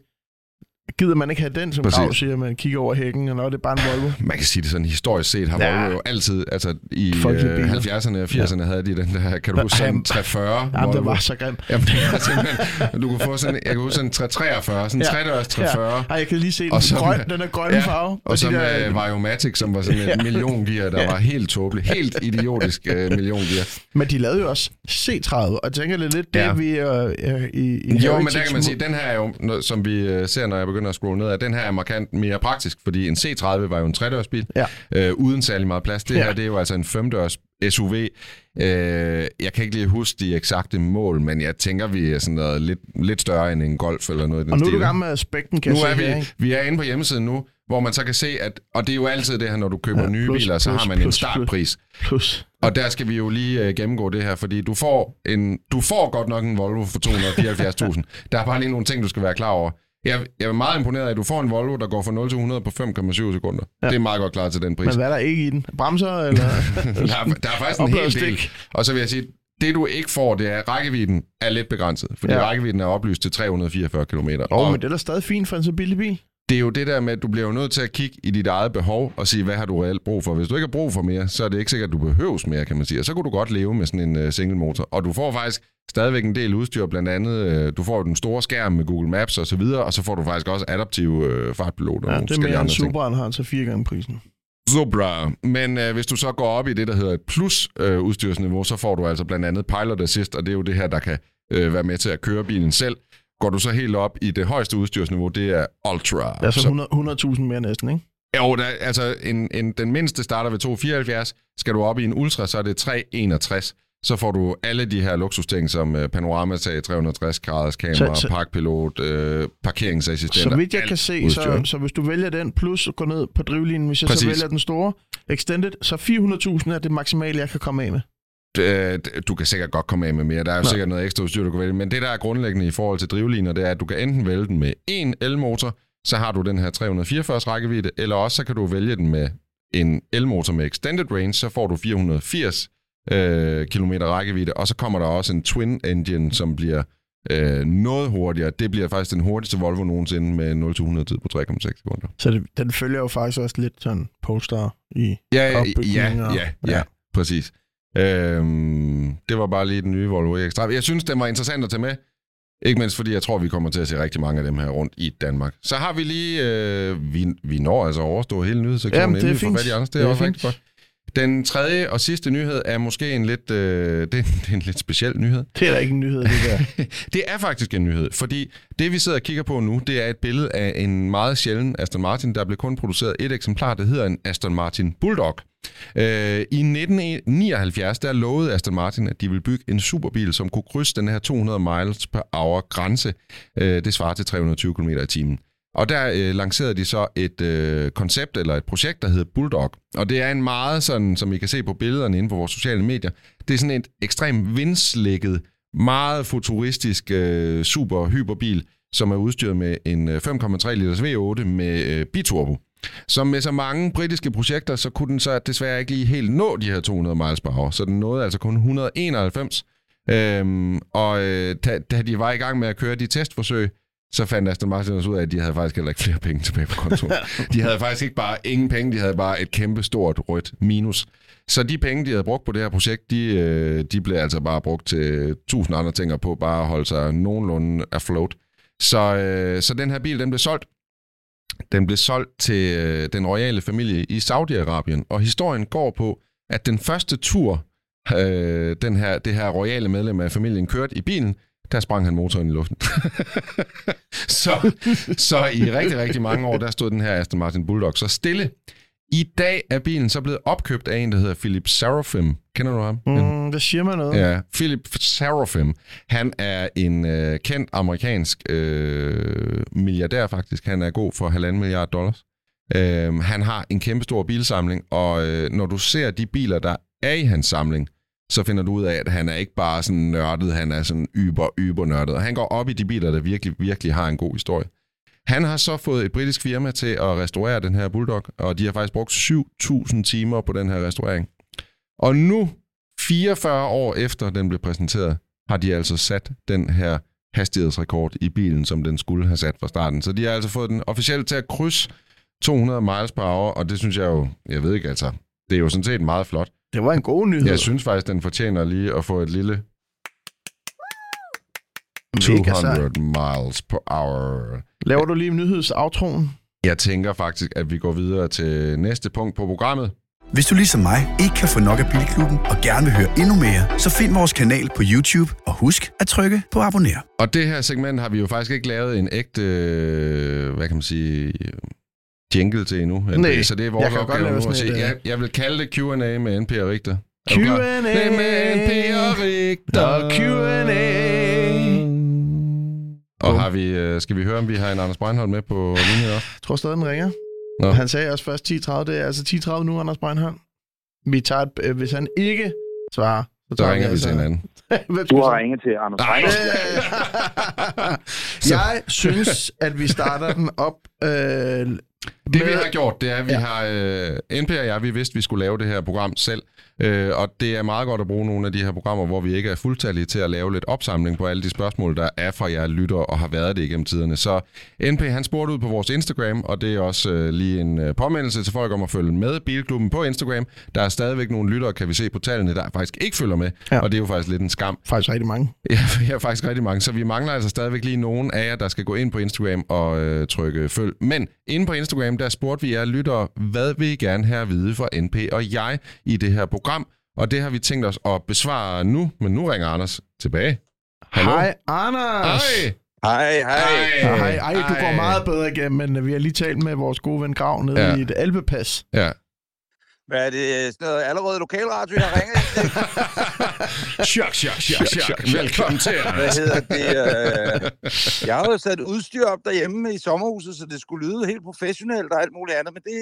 gider man ikke have den som grav, siger man kigger over hækken, og når det er bare en Volvo. Man kan sige det sådan, historisk set har ja. Volvo jo altid, altså i øh, halvfjerdserne og firserne ja. havde de den der, kan du huske sådan tre fyrre Jamen, det var så grimt. Jamen, det var simpelthen, du kunne få sådan, jeg kan huske sådan tre treogfyrre, sådan ja. tre-dørs tre fyrre. Ja. Ej, jeg kan lige se den, så, grøn, den er grønne ja. farve. Og, og så med der... Variomatic, som var sådan et ja. milliongear, der ja. var helt tåbeligt, helt idiotisk uh, milliongear. Men de lavede jo også C tredive, og jeg tænker lidt lidt, ja. det vi uh, i, i Jo, men der kan man sige, den her er jo, som vi ser, når jeg begynder at scrolle ned, at den her er markant mere praktisk, fordi en C tredive var jo en tre-dørsbil, ja. øh, uden særlig meget plads. Det ja. her, det er jo altså en femdørs S U V. Øh, jeg kan ikke lige huske de eksakte mål, men jeg tænker, vi er sådan noget lidt, lidt større end en Golf eller noget i den Og nu stil. er du gammel med aspekten, kan nu jeg er se vi, her, vi er inde på hjemmesiden nu, hvor man så kan se, at, og det er jo altid det her, når du køber ja, nye plus, biler, så plus, har man plus, en startpris. Plus, plus. Og der skal vi jo lige uh, gennemgå det her, fordi du får, en, du får godt nok en Volvo for to hundrede og fireoghalvfjerds tusind. Der er bare lige nogle ting, du skal være klar over. Jeg, jeg er meget imponeret af, at du får en Volvo, der går fra nul til hundrede på fem komma syv sekunder. Ja. Det er meget godt klar til den pris. Men hvad er der ikke i den? Bremser, eller? der, er, der er faktisk en hel del. Og så vil jeg sige, det du ikke får, det er, at rækkevidden er lidt begrænset. Fordi ja. rækkevidden er oplyst til tre hundrede og fireogfyrre kilometer. Oh, og men det er da stadig fint for en så billig bil. Det er jo det der med, at du bliver jo nødt til at kigge i dit eget behov og sige, hvad har du reelt brug for. Hvis du ikke har brug for mere, så er det ikke sikkert, at du behøves mere, kan man sige. Og så kunne du godt leve med sådan en uh, single motor. Og du får faktisk stadigvæk en del udstyr, blandt andet, uh, du får den store skærm med Google Maps og så videre, og så får du faktisk også adaptive uh, fartpiloter. Ja, det er mere en Subra'en har så fire gange prisen. Supra. Men uh, hvis du så går op i det, der hedder et plus uh, udstyrsniveau, så får du altså blandt andet Pilot Assist, og det er jo det her, der kan uh, være med til at køre bilen selv. Går du så helt op i det højeste udstyrsniveau, det er Ultra. Det er så hundrede tusind mere næsten, ikke? Jo, der, altså en, en, den mindste starter ved to hundrede og fireoghalvfjerds. Skal du op i en Ultra, så er det tre hundrede og enogtres. Så får du alle de her luksusting som uh, panoramatag, tre hundrede og tres graders kamera, så, parkpilot, uh, parkeringsassistenter. Så vidt jeg kan se, så, så hvis du vælger den, plus går ned på drivlinjen, hvis jeg Præcis. så vælger den store Extended, så fire hundrede tusind er det maksimale, jeg kan komme af med. Du kan sikkert godt komme af med mere. Der er jo Nå. sikkert noget ekstra udstyr, du kan vælge. Men det, der er grundlæggende i forhold til drivliner, det er, at du kan enten vælge den med en elmotor, så har du den her tre hundrede og fireogfyrre rækkevidde, eller også så kan du vælge den med en elmotor med extended range, så får du fire hundrede og firs øh, kilometer rækkevidde, og så kommer der også en twin engine, som bliver øh, noget hurtigere. Det bliver faktisk den hurtigste Volvo nogensinde med nul til hundrede tid på tre komma seks sekunder. Så det, den følger jo faktisk også lidt sådan Polestar i ja, opbygningen. Ja, ja, ja, ja, præcis. Øhm, det var bare lige den nye Volvo E X tredive. Jeg synes, det var interessant at tage med. Ikke mindst fordi, jeg tror, vi kommer til at se rigtig mange af dem her rundt i Danmark. Så har vi lige... Øh, vi, vi når altså overstå hele nyhedssektionen, inden vi får fat i Anders. Det er, det er også rigtig godt. Den tredje og sidste nyhed er måske en lidt... Øh, det, det er en lidt speciel nyhed. Det er da ikke en nyhed, det der. Det er faktisk en nyhed, fordi det, vi sidder og kigger på nu, det er et billede af en meget sjælden Aston Martin. Der blev kun produceret et eksemplar, der hedder en Aston Martin Bulldog. Øh, I nitten nioghalvfjerds, der lovede Aston Martin, at de ville bygge en superbil, som kunne krydse den her to hundrede miles per hour grænse. Øh, det svarer til tre hundrede og tyve kilometer i timen. Og der øh, lancerede de så et øh, koncept eller et projekt, der hedder Bulldog. Og det er en meget sådan, som I kan se på billederne inde på vores sociale medier, det er sådan et ekstremt vindslækket, meget futuristisk øh, super hyperbil, som er udstyret med en fem komma tre liters V otte med øh, biturbo. Som med så mange britiske projekter, så kunne den så desværre ikke lige helt nå de her to hundrede miles per hour. Så den nåede altså kun et hundrede og enoghalvfems. Øhm, og øh, da, da de var i gang med at køre de testforsøg, så fandt Aston Martin også ud af, at de havde faktisk heller ikke flere penge tilbage på kontoen. De havde faktisk ikke bare ingen penge, de havde bare et kæmpe stort rødt minus. Så de penge, de havde brugt på det her projekt, de, de blev altså bare brugt til tusind andre ting på bare at holde sig nogenlunde afloat. Så, så den her bil, den blev solgt. Den blev solgt til øh, den royale familie i Saudi-Arabien, og historien går på, at den første tur, øh, den her, det her royale medlem af familien kørte i bilen, der sprang han motoren i luften. så, så i rigtig, rigtig mange år, der stod den her Aston Martin Bulldog så stille. I dag er bilen så blevet opkøbt af en, der hedder Philip Sarofim. Kender du ham? Mm, det siger mig noget. Ja, Philip Sarofim. Han er en øh, kendt amerikansk øh, milliardær faktisk. Han er god for halvanden milliard dollars. Øh, han har en kæmpe stor bilsamling, og øh, når du ser de biler, der er i hans samling, så finder du ud af, at han er ikke bare sådan nørdet, han er sådan yber, yber nørdet. Og han går op i de biler, der virkelig, virkelig har en god historie. Han har så fået et britisk firma til at restaurere den her Bulldog, og de har faktisk brugt syv tusind timer på den her restaurering. Og nu, fireogfyrre år efter den blev præsenteret, har de altså sat den her hastighedsrekord i bilen, som den skulle have sat fra starten. Så de har altså fået den officielt til at krydse to hundrede miles per hour, og det synes jeg jo, jeg ved ikke altså, det er jo sådan set meget flot. Det var en god nyhed. Jeg synes faktisk, den fortjener lige at få et lille to hundrede miles per hour. Laver du lige nyhedsaftroen? Jeg tænker faktisk, at vi går videre til næste punkt på programmet. Hvis du ligesom mig ikke kan få nok af Bilklubben og gerne vil høre endnu mere, så find vores kanal på YouTube og husk at trykke på abonner. Og det her segment har vi jo faktisk ikke lavet en ægte, hvad kan man sige, jingle til endnu. Nej, så det er vores opgave nu at sige. Jeg, jeg vil kalde det Q and A med N P og Richter. Q and A med N P og Richter. Q and A. Og har vi, skal vi høre, om vi har en Anders Breinholt med på linjen også? Jeg tror stadig, den ringer. Nå. Han sagde også først ti tredive. Det er altså ti tredive nu, Anders Breinholt. Vi tager et, hvis han ikke svarer, så, så ringer vi altså til hinanden. Du har ringet til Anders Breinholt. Jeg synes, at vi starter den op. Øh, det med... vi har gjort, det er, at vi ja. har øh, N P og jeg, vi vidste, at vi skulle lave det her program selv. Øh, og det er meget godt at bruge nogle af de her programmer, hvor vi ikke er fuldtallige til at lave lidt opsamling på alle de spørgsmål, der er fra jer lyttere og har været det igennem tiderne. Så N P, han spurgte ud på vores Instagram, og det er også øh, lige en øh, påmindelse til folk om at følge med Bilklubben på Instagram. Der er stadigvæk nogle lyttere, kan vi se på tallene, der faktisk ikke følger med, ja. Og det er jo faktisk lidt en skam. Faktisk rigtig mange. Ja, ja, faktisk rigtig mange. Så vi mangler altså stadigvæk lige nogen af jer, der skal gå ind på Instagram og øh, trykke følg. Men inde på Instagram, der spurgte vi jer lyttere, hvad vil I gerne have at vide fra N P og jeg i det her program? Og det har vi tænkt os at besvare nu, men nu ringer Anders tilbage. Hallo? Hej, Anders! Hej! Hej, hej! Hej, hej. Du går meget bedre igennem, men vi har lige talt med vores gode ven Grav nede ja. i et alpepas. Ja. Hvad er det? Sådan noget allerede lokalradio, jeg har ringet? Chok, chok, chok, chok. Velkommen til. Hvad hedder det? Øh... Jeg har jo sat udstyr op derhjemme i sommerhuset, så det skulle lyde helt professionelt og alt muligt andet, men det,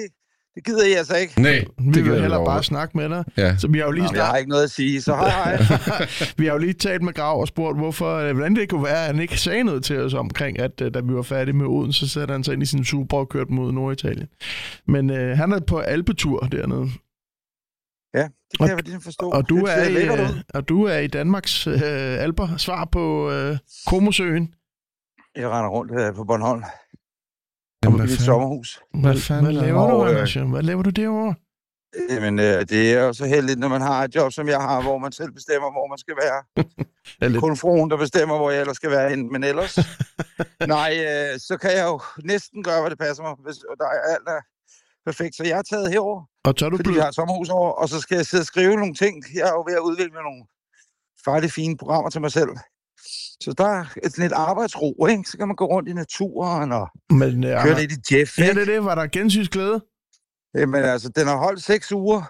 Det gider I altså ikke. Nej, Vi det vil hellere bare snakke med dig. Ja. Så vi har jo lige Nå, jeg har ikke noget at sige, så hej hej. vi har jo lige talt med Grav og spurgt, hvorfor, hvordan det kunne være, at han ikke sagde noget til os omkring, at da vi var færdige med Odense, så satte han sig ind i sin Supra og kørte mod Norditalien. Men øh, han er på alpetur dernede. Ja, det kan og, jeg vel forstå. Og du, det er i, og du er i Danmarks øh, alper. Svar på øh, Komosøen. Jeg render rundt øh, på Bornholm. Jamen, i mit sommerhus. Hvad, hvad, hvad laver du, Anders? Hvad laver du derovre? Jamen, øh, det er jo så heldigt, når man har et job, som jeg har, hvor man selv bestemmer, hvor man skal være. Det er kun fruen, der bestemmer, hvor jeg ellers skal være henne. Men ellers, nej, øh, så kan jeg jo næsten gøre, hvad det passer mig. Hvis, og der er alt er perfekt. Så jeg er taget herover, og tør du fordi blive... jeg har et sommerhus over, og så skal jeg sidde og skrive nogle ting. Jeg er jo ved at udvikle nogle farlige, fine programmer til mig selv. Så der er et lidt arbejdsro, ikke? Så kan man gå rundt i naturen og Men, ja, køre lidt i Jeff. Ja, det er det. Var der gensynsglæde? Jamen altså, den har holdt seks uger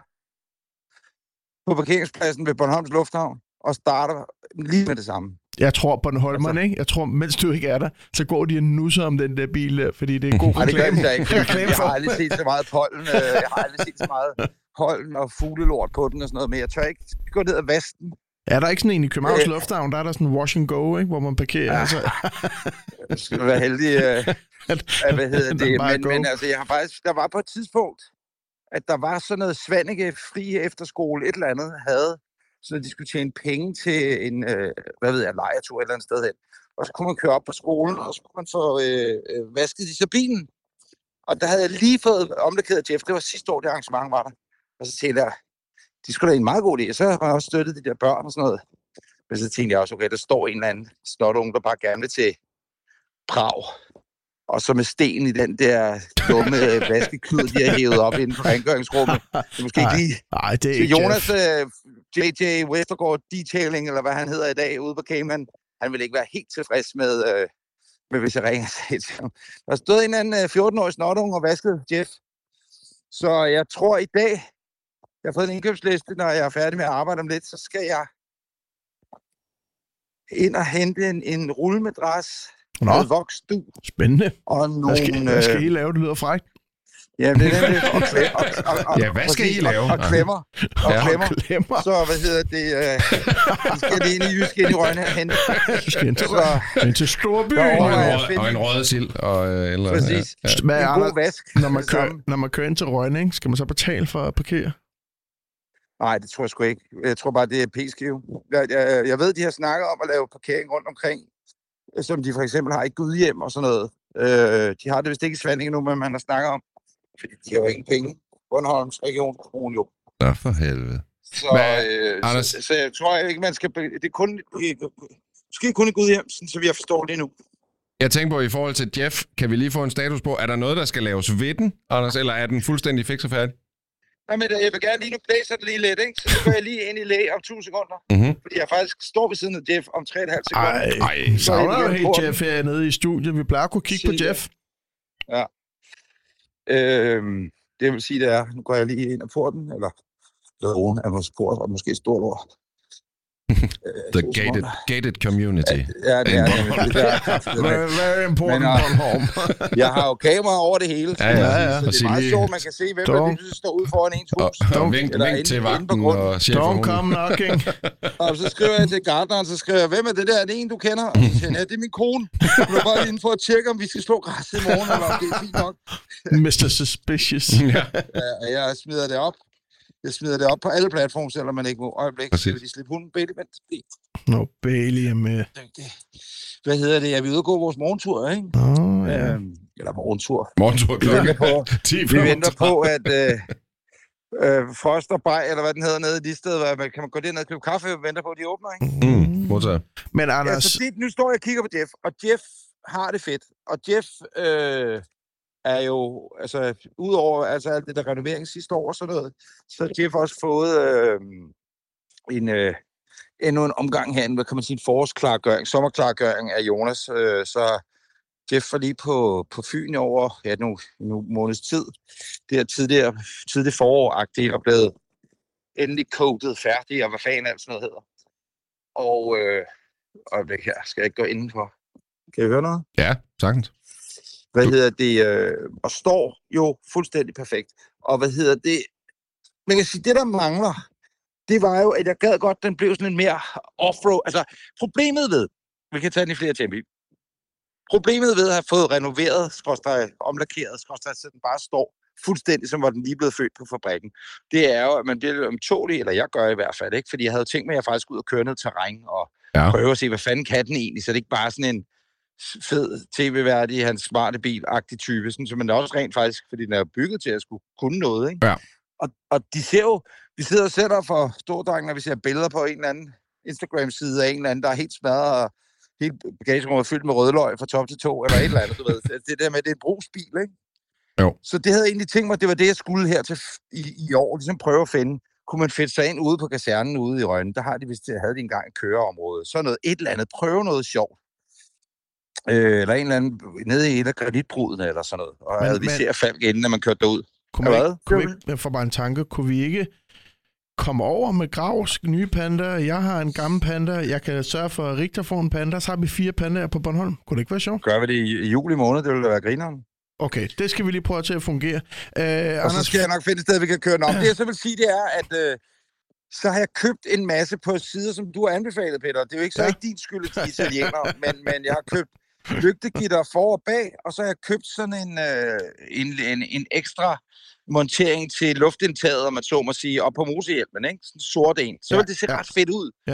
på parkeringspladsen ved Bornholms Lufthavn og starter lige med det samme. Jeg tror Bornholmerne, altså, ikke? Jeg tror, mens du ikke er der, så går de og nusser om den der bil der, fordi det er god reklame. Nej, det gør de ikke, fordi jeg har aldrig set så meget pollen. Jeg har aldrig set så meget pollen og fuglelort på den og sådan noget, men jeg tør ikke gå ned og vaske den. Er der ikke sådan en i Københavns øh, Lufthavn, der er der sådan en wash and go, ikke? Hvor man parkerer? Ja. Altså. Jeg skal være heldig. Øh, at, hvad hedder det? Men, men altså, jeg har faktisk, der var på et tidspunkt, at der var sådan noget Svanike fri efterskole, et eller andet, havde, så de skulle tjene penge til en, øh, hvad ved jeg, lejetur et eller andet sted hen. Og så kunne man køre op på skolen, og så kunne man få øh, øh, vasket i sig bilen. Og der havde jeg lige fået omlakeret Jeff. Det var sidste år, det arrangement var der. Og så tænkte jeg, de skulle da en meget god idé. Så har jeg også støttet de der børn og sådan noget. Men så tænkte jeg også, okay, der står en eller anden snotunge, der bare gerne vil til Prag. Og så med sten i den der dumme vaskeklud, de har hævet op inden for rengøringsrummet. Det er måske ikke lige... Nej, det er ikke Jonas uh, J J Westergaard Detailing, eller hvad han hedder i dag, ude på Cayman, han vil ikke være helt tilfreds med, uh, med hvis jeg ringer til ham. Der stod en eller anden fjorten-årig snotunge og vaskede Jeff. Så jeg tror i dag, jeg har fået en indkøbsliste, når jeg er færdig med at arbejde om lidt, så skal jeg ind og hente en, en rullemadras, noget voksdu. Spændende. Og nogle, hvad, skal, hvad skal I lave? Det lyder frækt. Ja, det er det. Og, klem, og, og, og, ja, hvad skal I lave? Og, og klemmer. Og ja, klemmer. klemmer. Så, hvad hedder det? Øh, vi skal lige ind i Jysk, ind i Rønne og hente. skal ind til, så, ind til Storby. Og en, rød, og en rød sild. Og, eller, præcis. Ja, ja. Med en god vask. Når man, kører, når man kører ind til Rønne, ikke, skal man så betale for at parkere? Nej, det tror jeg sgu ikke. Jeg tror bare, det er p-skive. Jeg, jeg, jeg ved, de har snakket om at lave parkering rundt omkring, som de for eksempel har i Gudhjem og sådan noget. Øh, de har det vist ikke i Svanike nu, men man har snakket om, fordi de har jo ingen penge. Bornholms region kommune jo. Nå, for helvede. Så, øh, så, så jeg tror ikke, man skal... Det er kun... Måske kun i Gudhjem, så vi har forstået det nu. Jeg tænker på, i forhold til Jeff, kan vi lige få en status på, er der noget, der skal laves ved den, Anders, eller er den fuldstændig fix og færdig? Jamen, jeg vil gerne lige nu blæser det lige lidt, ikke? Så går jeg lige ind i læg om to sekunder. Mm-hmm. Fordi jeg faktisk står ved siden af Jeff om tre komma fem sekunder. Ej, ej så er jo helt Jeff hernede i studiet. Vi plejer at kunne kigge på Jeff. Ja. Øhm, det vil sige, det er, nu går jeg lige ind ad porten, eller nogen af vores port, og måske stort ord. The gated, gated community. Ja, det er det. Det er very, very important Bornholm. Jeg har jo kamera over det hele. Ja, ja, ja. Så det er meget sjovt, man kan se, hvem der lige står ude foran ens hus. Og, og vink, vink til vagten og chefen. Don't come knocking. Og så skriver jeg til gartneren, så skriver jeg, hvem er det der? Er det en, du kender? Og så siger jeg, ja, det er min kone. Du er bare inde for at tjekke, om vi skal slå græsset i morgen, eller om det er fint nok. mister Suspicious. Ja, jeg smider det op. Jeg smider det op på alle platforme, selvom man ikke må. Øjeblik, så vil de slippe hunden. Bailey, vent. Nå, Bailey er med. Hvad hedder det? Jeg vil ud og gå vores morgentur, ikke? Åh, oh, ja. Øhm, eller morgentur. Morgentur vi venter på, vi venter på at øh, øh, Frost og Bay, eller hvad den hedder nede i de steder, hvor kan man gå derned og købe kaffe og venter på, at de åbner, ikke? Mm, modtaget. Men Anders... Ja, så det, nu står jeg og kigger på Jeff, og Jeff har det fedt. Og Jeff... Øh, er jo, altså, udover altså, alt det der renovering sidste år og sådan noget, så har Jeff også fået øh, en, øh, endnu en omgang herinde, hvad kan man sige, en forårsklargøring, sommerklargøring af Jonas. Øh, så Jeff var lige på, på Fyn over, ja, nu, nu måneds tid. Det her tidligere, tidligere forår-agtigt og blevet endelig coated færdig, og hvad fanden alt sådan noget hedder. Og, øh, øjeblik her, skal jeg ikke gå indenfor. Kan I høre noget? Ja, sagtens. Hvad hedder det, øh, og står jo fuldstændig perfekt. Og hvad hedder det? Man kan sige, det der mangler, det var jo, at jeg gad godt, den blev sådan en mere off-road. Altså, problemet ved, vi kan tage den i flere tempi. Problemet ved at have fået renoveret, skorstræk, omlakeret, skorstræk, så den bare står fuldstændig, som var den lige blevet født på fabrikken. Det er jo, at man bliver lidt omtålig, eller jeg gør i hvert fald, ikke? Fordi jeg havde tænkt mig, at jeg faktisk ud og køre ned terræn og ja. prøve at se, hvad fanden kan den egentlig, så det ikke bare er sådan en fed tv-værdig, hans smarte bil-agtig type, sådan, så man er også rent faktisk, fordi den er bygget til at skulle kunne noget, ikke? Ja. Og, og de ser jo, vi sidder og sætter for stordrengen, når vi ser billeder på en eller anden Instagram-side af en eller anden, der er helt smadret og helt bagagerummet fyldt med rødløg fra top til to, eller et eller andet, du ved. Det der med, det er en brugsbil, ikke? Jo. Så det havde jeg egentlig tænkt mig, det var det, jeg skulle her til i, i år, ligesom prøve at finde. Kunne man fedte sig ind ude på kasernen ude i Rønne? Der har de vist, havde de engang et køreområde. Så noget, et eller andet, prøve noget sjovt. Øh, eller en eller anden, nede i et af granitbrudene eller sådan noget. Og men, havde vi men, ser falk inden, når man kørte derud. Kunne man ikke, kunne vi ikke, for bare en tanke, kunne vi ikke komme over med Gravs nye panda? Jeg har en gammel panda. Jeg kan sørge for, at Richter får en panda. Så har vi fire pandaer på Bornholm. Kunne det ikke være sjovt? Gør vi det i, i juli måned? Det ville være grineren. Okay, det skal vi lige prøve til at fungere. Øh, og Anders... så skal jeg nok finde et sted, vi kan køre den op. Det jeg så vil sige, det er, at øh, så har jeg købt en masse på sider, som du har anbefalet, Peter. Det er jo ikke så ja. ikke din skyld, at de italiener, men, men jeg har købt lygtegitter for og bag, og så har jeg købt sådan en, øh, en, en, en ekstra montering til luftindtaget, om man så må sige, op på mosehjelmen, ikke? Sådan en sort en. Så ja, vil det se ja. ret fedt ud. Ja.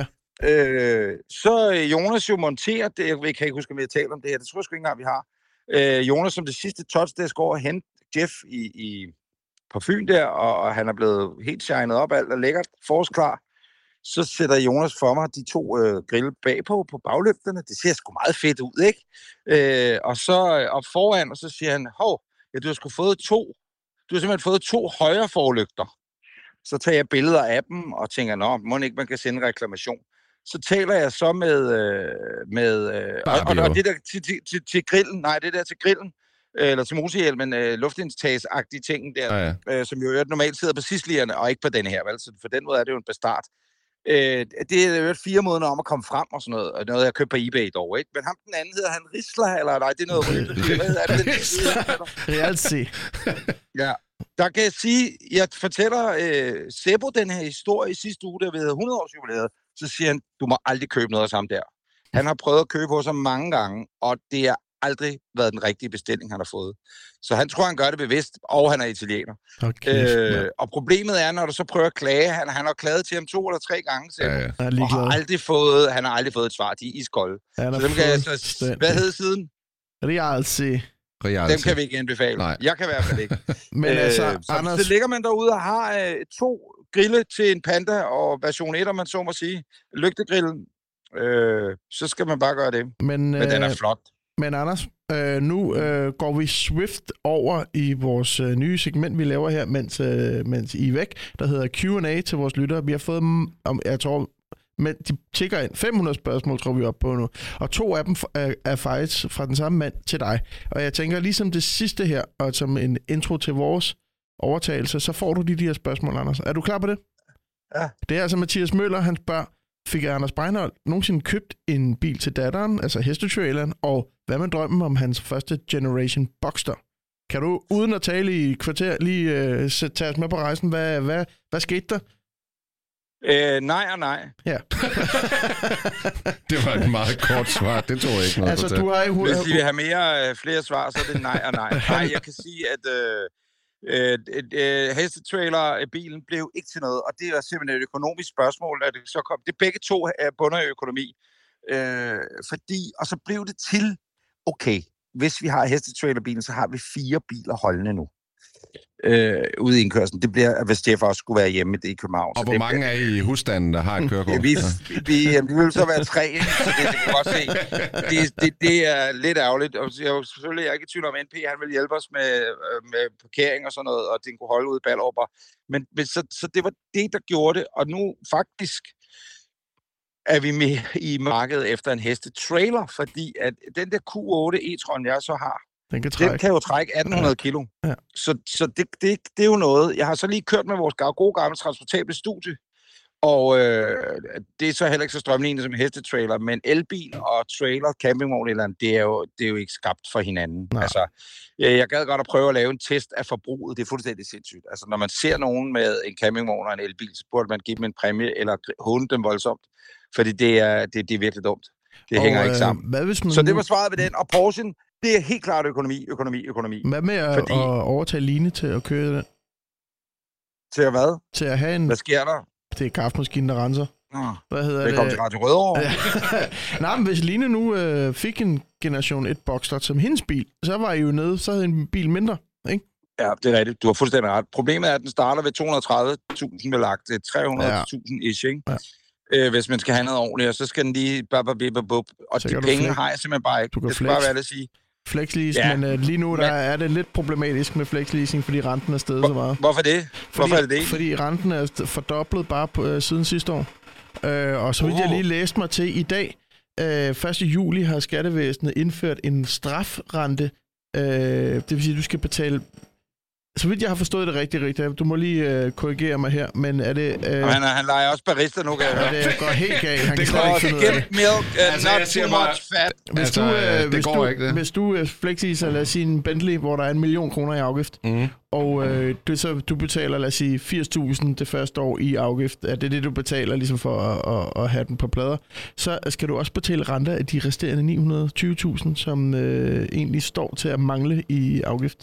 Øh, så Jonas jo monteret det, jeg kan ikke huske, om jeg taler om det her, det tror jeg sgu ikke engang, vi har. Øh, Jonas som det sidste touch, der skal over og hente Jeff i, i, på Fyn der, og, og han er blevet helt shined op, alt er lækkert, forårsklar. Så sætter Jonas for mig de to øh, grill bagpå på baglygterne. Det ser sgu meget fedt ud, ikke? Øh, og så øh, op foran, og så siger han, hov, ja, du har sgu fået to, du har simpelthen fået to højre forlygter. Så tager jeg billeder af dem, og tænker, nå, må ikke man kan sende en reklamation. Så taler jeg så med, øh, med øh, og, og, og det der til, til, til, til grillen, nej, det der til grillen, øh, eller til mosehjelmen, øh, luftindtagsagtige ting der, ja, ja. Øh, som jo normalt sidder på sidstligerne, og ikke på denne her, vel? Så for den måde er det jo en bestart. Øh, det er jo fire måneder om at komme frem og sådan noget, og noget jeg købte på eBay dog, ikke? Men ham den anden hedder han Risler, eller nej, det er noget hvad er det, den Realty. Ja, der kan jeg sige, jeg fortæller øh, Sebo den her historie i sidste uge, der ved hundrede års jubilæet, så siger han, du må aldrig købe noget af ham der. Han har prøvet at købe hos ham mange gange, og det har aldrig været den rigtige bestilling, han har fået. Så han tror, han gør det bevidst, og han er italiener. Okay, øh, og problemet er, når du så prøver at klage, han, han har klaget til ham to eller tre gange, selv, ja, ja. og har aldrig fået, han har aldrig fået et svar, de er iskolde. Så dem kan jeg så, hvad hed siden? Realty. Realty. Dem kan vi ikke anbefale. Nej. Jeg kan i hvert fald ikke. Men øh, altså, så, Anders... så ligger man derude og har øh, to grille til en Panda og version et, om man så må sige, lygtegrillen, øh, så skal man bare gøre det. Men, Men den er flot. Men Anders, øh, nu øh, går vi swift over i vores øh, nye segment, vi laver her, mens, øh, mens I er væk, der hedder Q and A til vores lyttere. Vi har fået, om jeg tror, men de tjekker ind. fem hundrede spørgsmål, tror vi op på nu. Og to af dem er, er faktisk fra den samme mand til dig. Og jeg tænker, ligesom det sidste her, og som en intro til vores overtagelse, så får du de, de her spørgsmål, Anders. Er du klar på det? Ja. Det er altså Mathias Møller, han spørger, fik Anders Breinholt nogensinde købt en bil til datteren, altså hestetraileren, og hvad med drømmen om hans første Generation Boxster? Kan du, uden at tale i kvarter, lige øh, tage os med på rejsen? Hvad, hvad, hvad skete der? Øh, nej og nej. Ja. Det var et meget kort svar. Det tror jeg ikke noget altså, du har jo... Hvis I vil have mere, øh, flere svar, så er det nej og nej. Nej, jeg kan sige, at øh, øh, øh, hestetrailer-bilen blev ikke til noget, og det er simpelthen et økonomisk spørgsmål, at det så kom. Det begge to er bunder i økonomi. Øh, fordi, og så blev det til, okay, hvis vi har hestetrailerbilen, så har vi fire biler holdende nu. Øh, ude i indkørslen. Det bliver, hvis Jeff også skulle være hjemme i København. Og hvor det mange bliver... er I husstanden, der har et kørekort? Ja, vi, vi, vi vil så være tre, ikke? Så det, det kan godt se. Det, det, det er lidt ærgerligt. Og jeg er selvfølgelig jeg er ikke i tvivl om, N P han vil hjælpe os med, med parkering og sådan noget, og den kunne holde ude i Ballerup. Men, men så, så det var det, der gjorde det. Og nu faktisk er vi med i markedet efter en hestetrailer, fordi at den der Q otte e-tron, jeg så har, Den kan, den kan jo trække atten hundrede kilo. Ja. Så, så det, det, det er jo noget. Jeg har så lige kørt med vores gode gamle transportable studie, Og øh, det er så heller ikke så strømlignet som en hestetrailer, men elbil og trailer, campingvogn eller andet, det er jo, det er jo ikke skabt for hinanden. Nej. Altså, jeg, jeg gad godt at prøve at lave en test af forbruget. Det er fuldstændig sindssygt. Altså, når man ser nogen med en campingvogn og en elbil, så burde man give dem en præmie eller håne dem voldsomt. Fordi det er, det, det er virkelig dumt. Det og, hænger ikke sammen. Hvad hvis man så det var svaret ved den. Og Porschen, det er helt klart økonomi, økonomi, økonomi. Hvad med at, fordi... at overtage Line til at køre den? Til at hvad? Til at have en... Hvad sker der? Det er kraftmaskinen, der renser. Nå, hvad hedder det? Det kommer til Radio Rødovre. Nej, men hvis Line nu øh, fik en Generation et Boxster som hendes bil, så var I jo nede, så havde en bil mindre, ikke? Ja, det er rigtigt. Du har fuldstændig ret. Problemet er, at den starter ved to hundrede og tredive tusind med lagt til tre hundrede tusind ish, ikke? Ja. Øh, hvis man skal have noget ordentligt, og så skal den lige bababibabub. Og så de penge flex. Har jeg simpelthen bare ikke. Du kan det skal bare være det at sige. Flexlease, ja. men uh, lige nu der men... er det lidt problematisk med flexleasing, fordi renten er steget Hvor, så meget. Hvorfor det? Fordi, hvorfor er det det? Fordi renten er fordoblet bare på, uh, siden sidste år. Uh, og så vidt oh. jeg lige læste mig til i dag, uh, første juli har Skattevæsenet indført en strafrente. Uh, det vil sige, at du skal betale... Så vidt jeg har forstået det rigtig, rigtigt. Du må lige øh, korrigere mig her, men er det... Øh... Han, han leger også barista nu, kan jeg ja, det går helt galt. Han det kan går ikke finde milk, uh, altså, not too bare, much fat. Hvis altså, du, øh, øh, hvis går du, ikke, det. Hvis du øh, flexiser, lad os sige en Bentley, hvor der er en million kroner i afgift, mm. og øh, du, så, du betaler, lad os sige, firs tusind det første år i afgift, er det det, du betaler ligesom for at, at, at have den på plader, så skal du også betale renter af de resterende ni hundrede og tyve tusind, som øh, egentlig står til at mangle i afgift.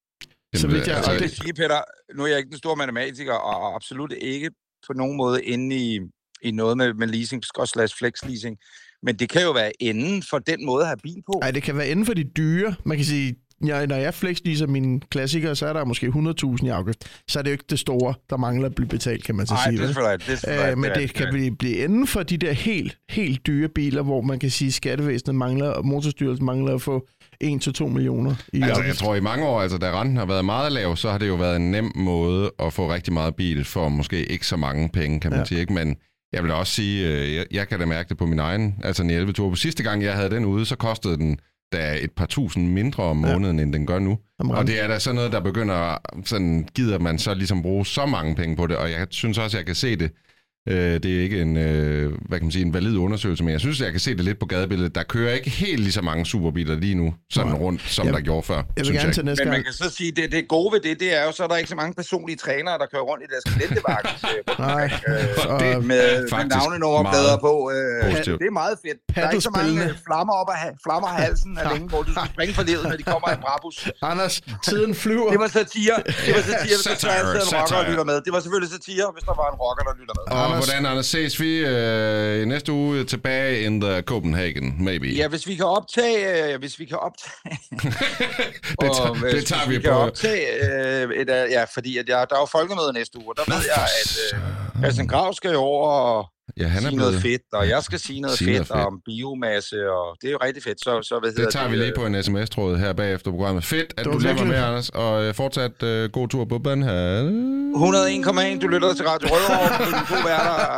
Så vidt jeg, altså, og det siger, Peter, nu er jeg ikke den store matematiker, og absolut ikke på nogen måde inde i, i noget med, med leasing, slash flex leasing, men det kan jo være inden for den måde at have bil på. Nej, det kan være inden for de dyre. Man kan sige, ja, når jeg flex leaser mine klassikere, så er der måske hundrede tusind i afgift. Så er det jo ikke det store, der mangler at blive betalt, kan man så Ej, sige. Det er selvfølgelig, det er selvfølgelig, øh, men det, det kan blive, blive inden for de der helt, helt dyre biler, hvor man kan sige, at Skattevæsenet mangler, og Motorstyrelsen mangler at få en til to millioner i altså, afgift. jeg tror i mange år, altså da renten har været meget lav, så har det jo været en nem måde at få rigtig meget bil for måske ikke så mange penge, kan man ja. sige. Ikke? Men jeg vil også sige, jeg, jeg kan da mærke det på min egen, altså en elleve Turbo. Sidste gang jeg havde den ude, så kostede den da et par tusind mindre om måneden, ja. end den gør nu. Jamen, og det er da sådan noget, der begynder, sådan gider man så ligesom bruge så mange penge på det, og jeg synes også, jeg kan se det. Det er ikke en, hvad kan man sige, en valid undersøgelse, men jeg synes, jeg kan se det lidt på gadebilledet. Der kører ikke helt lige så mange superbiler lige nu, sådan Nej. rundt, som jeg, der gjorde før. Jeg vil gerne til næste Men gang. man kan så sige, det, det gode ved det, det er jo, så er der ikke så mange personlige trænere, der kører rundt i deres skelettebakke. Nej. Øh, det med, med navnenummerplader på. Øh, det er meget fedt. Der er ikke så mange flammer op af flammer af halsen af længe, hvor du skal springe for livet, når de kommer i en brabus. Anders, tiden flyver. Det var satire. Det var satire, hvis der altid en rocker, der lytter med. Det var selvfølgelig satire, hvis der var en rocker, der lytter med. Og hvordan, Anders, ses vi øh, næste uge tilbage in the Copenhagen, maybe? Ja, hvis vi kan optage... Øh, hvis vi kan optage... det, tager, hvis, det tager vi, vi på. Optage, øh, et, øh, ja, fordi at jeg, der er jo folkemøde næste uge, og der ved jeg, at øh, Christian Grav skal jo over og ja, han er sige noget fedt, og jeg skal sige noget, sige fedt, noget fedt om biomasse, og det er jo rigtig fedt. Så, så hvad det tager det, vi lige på en sms-tråd her bagefter programmet. Fedt, at du lever med, Anders, og øh, fortsat øh, god tur på banden her. hundrede og en komma en, du lytter til Radio Rødovre, du kunne være der.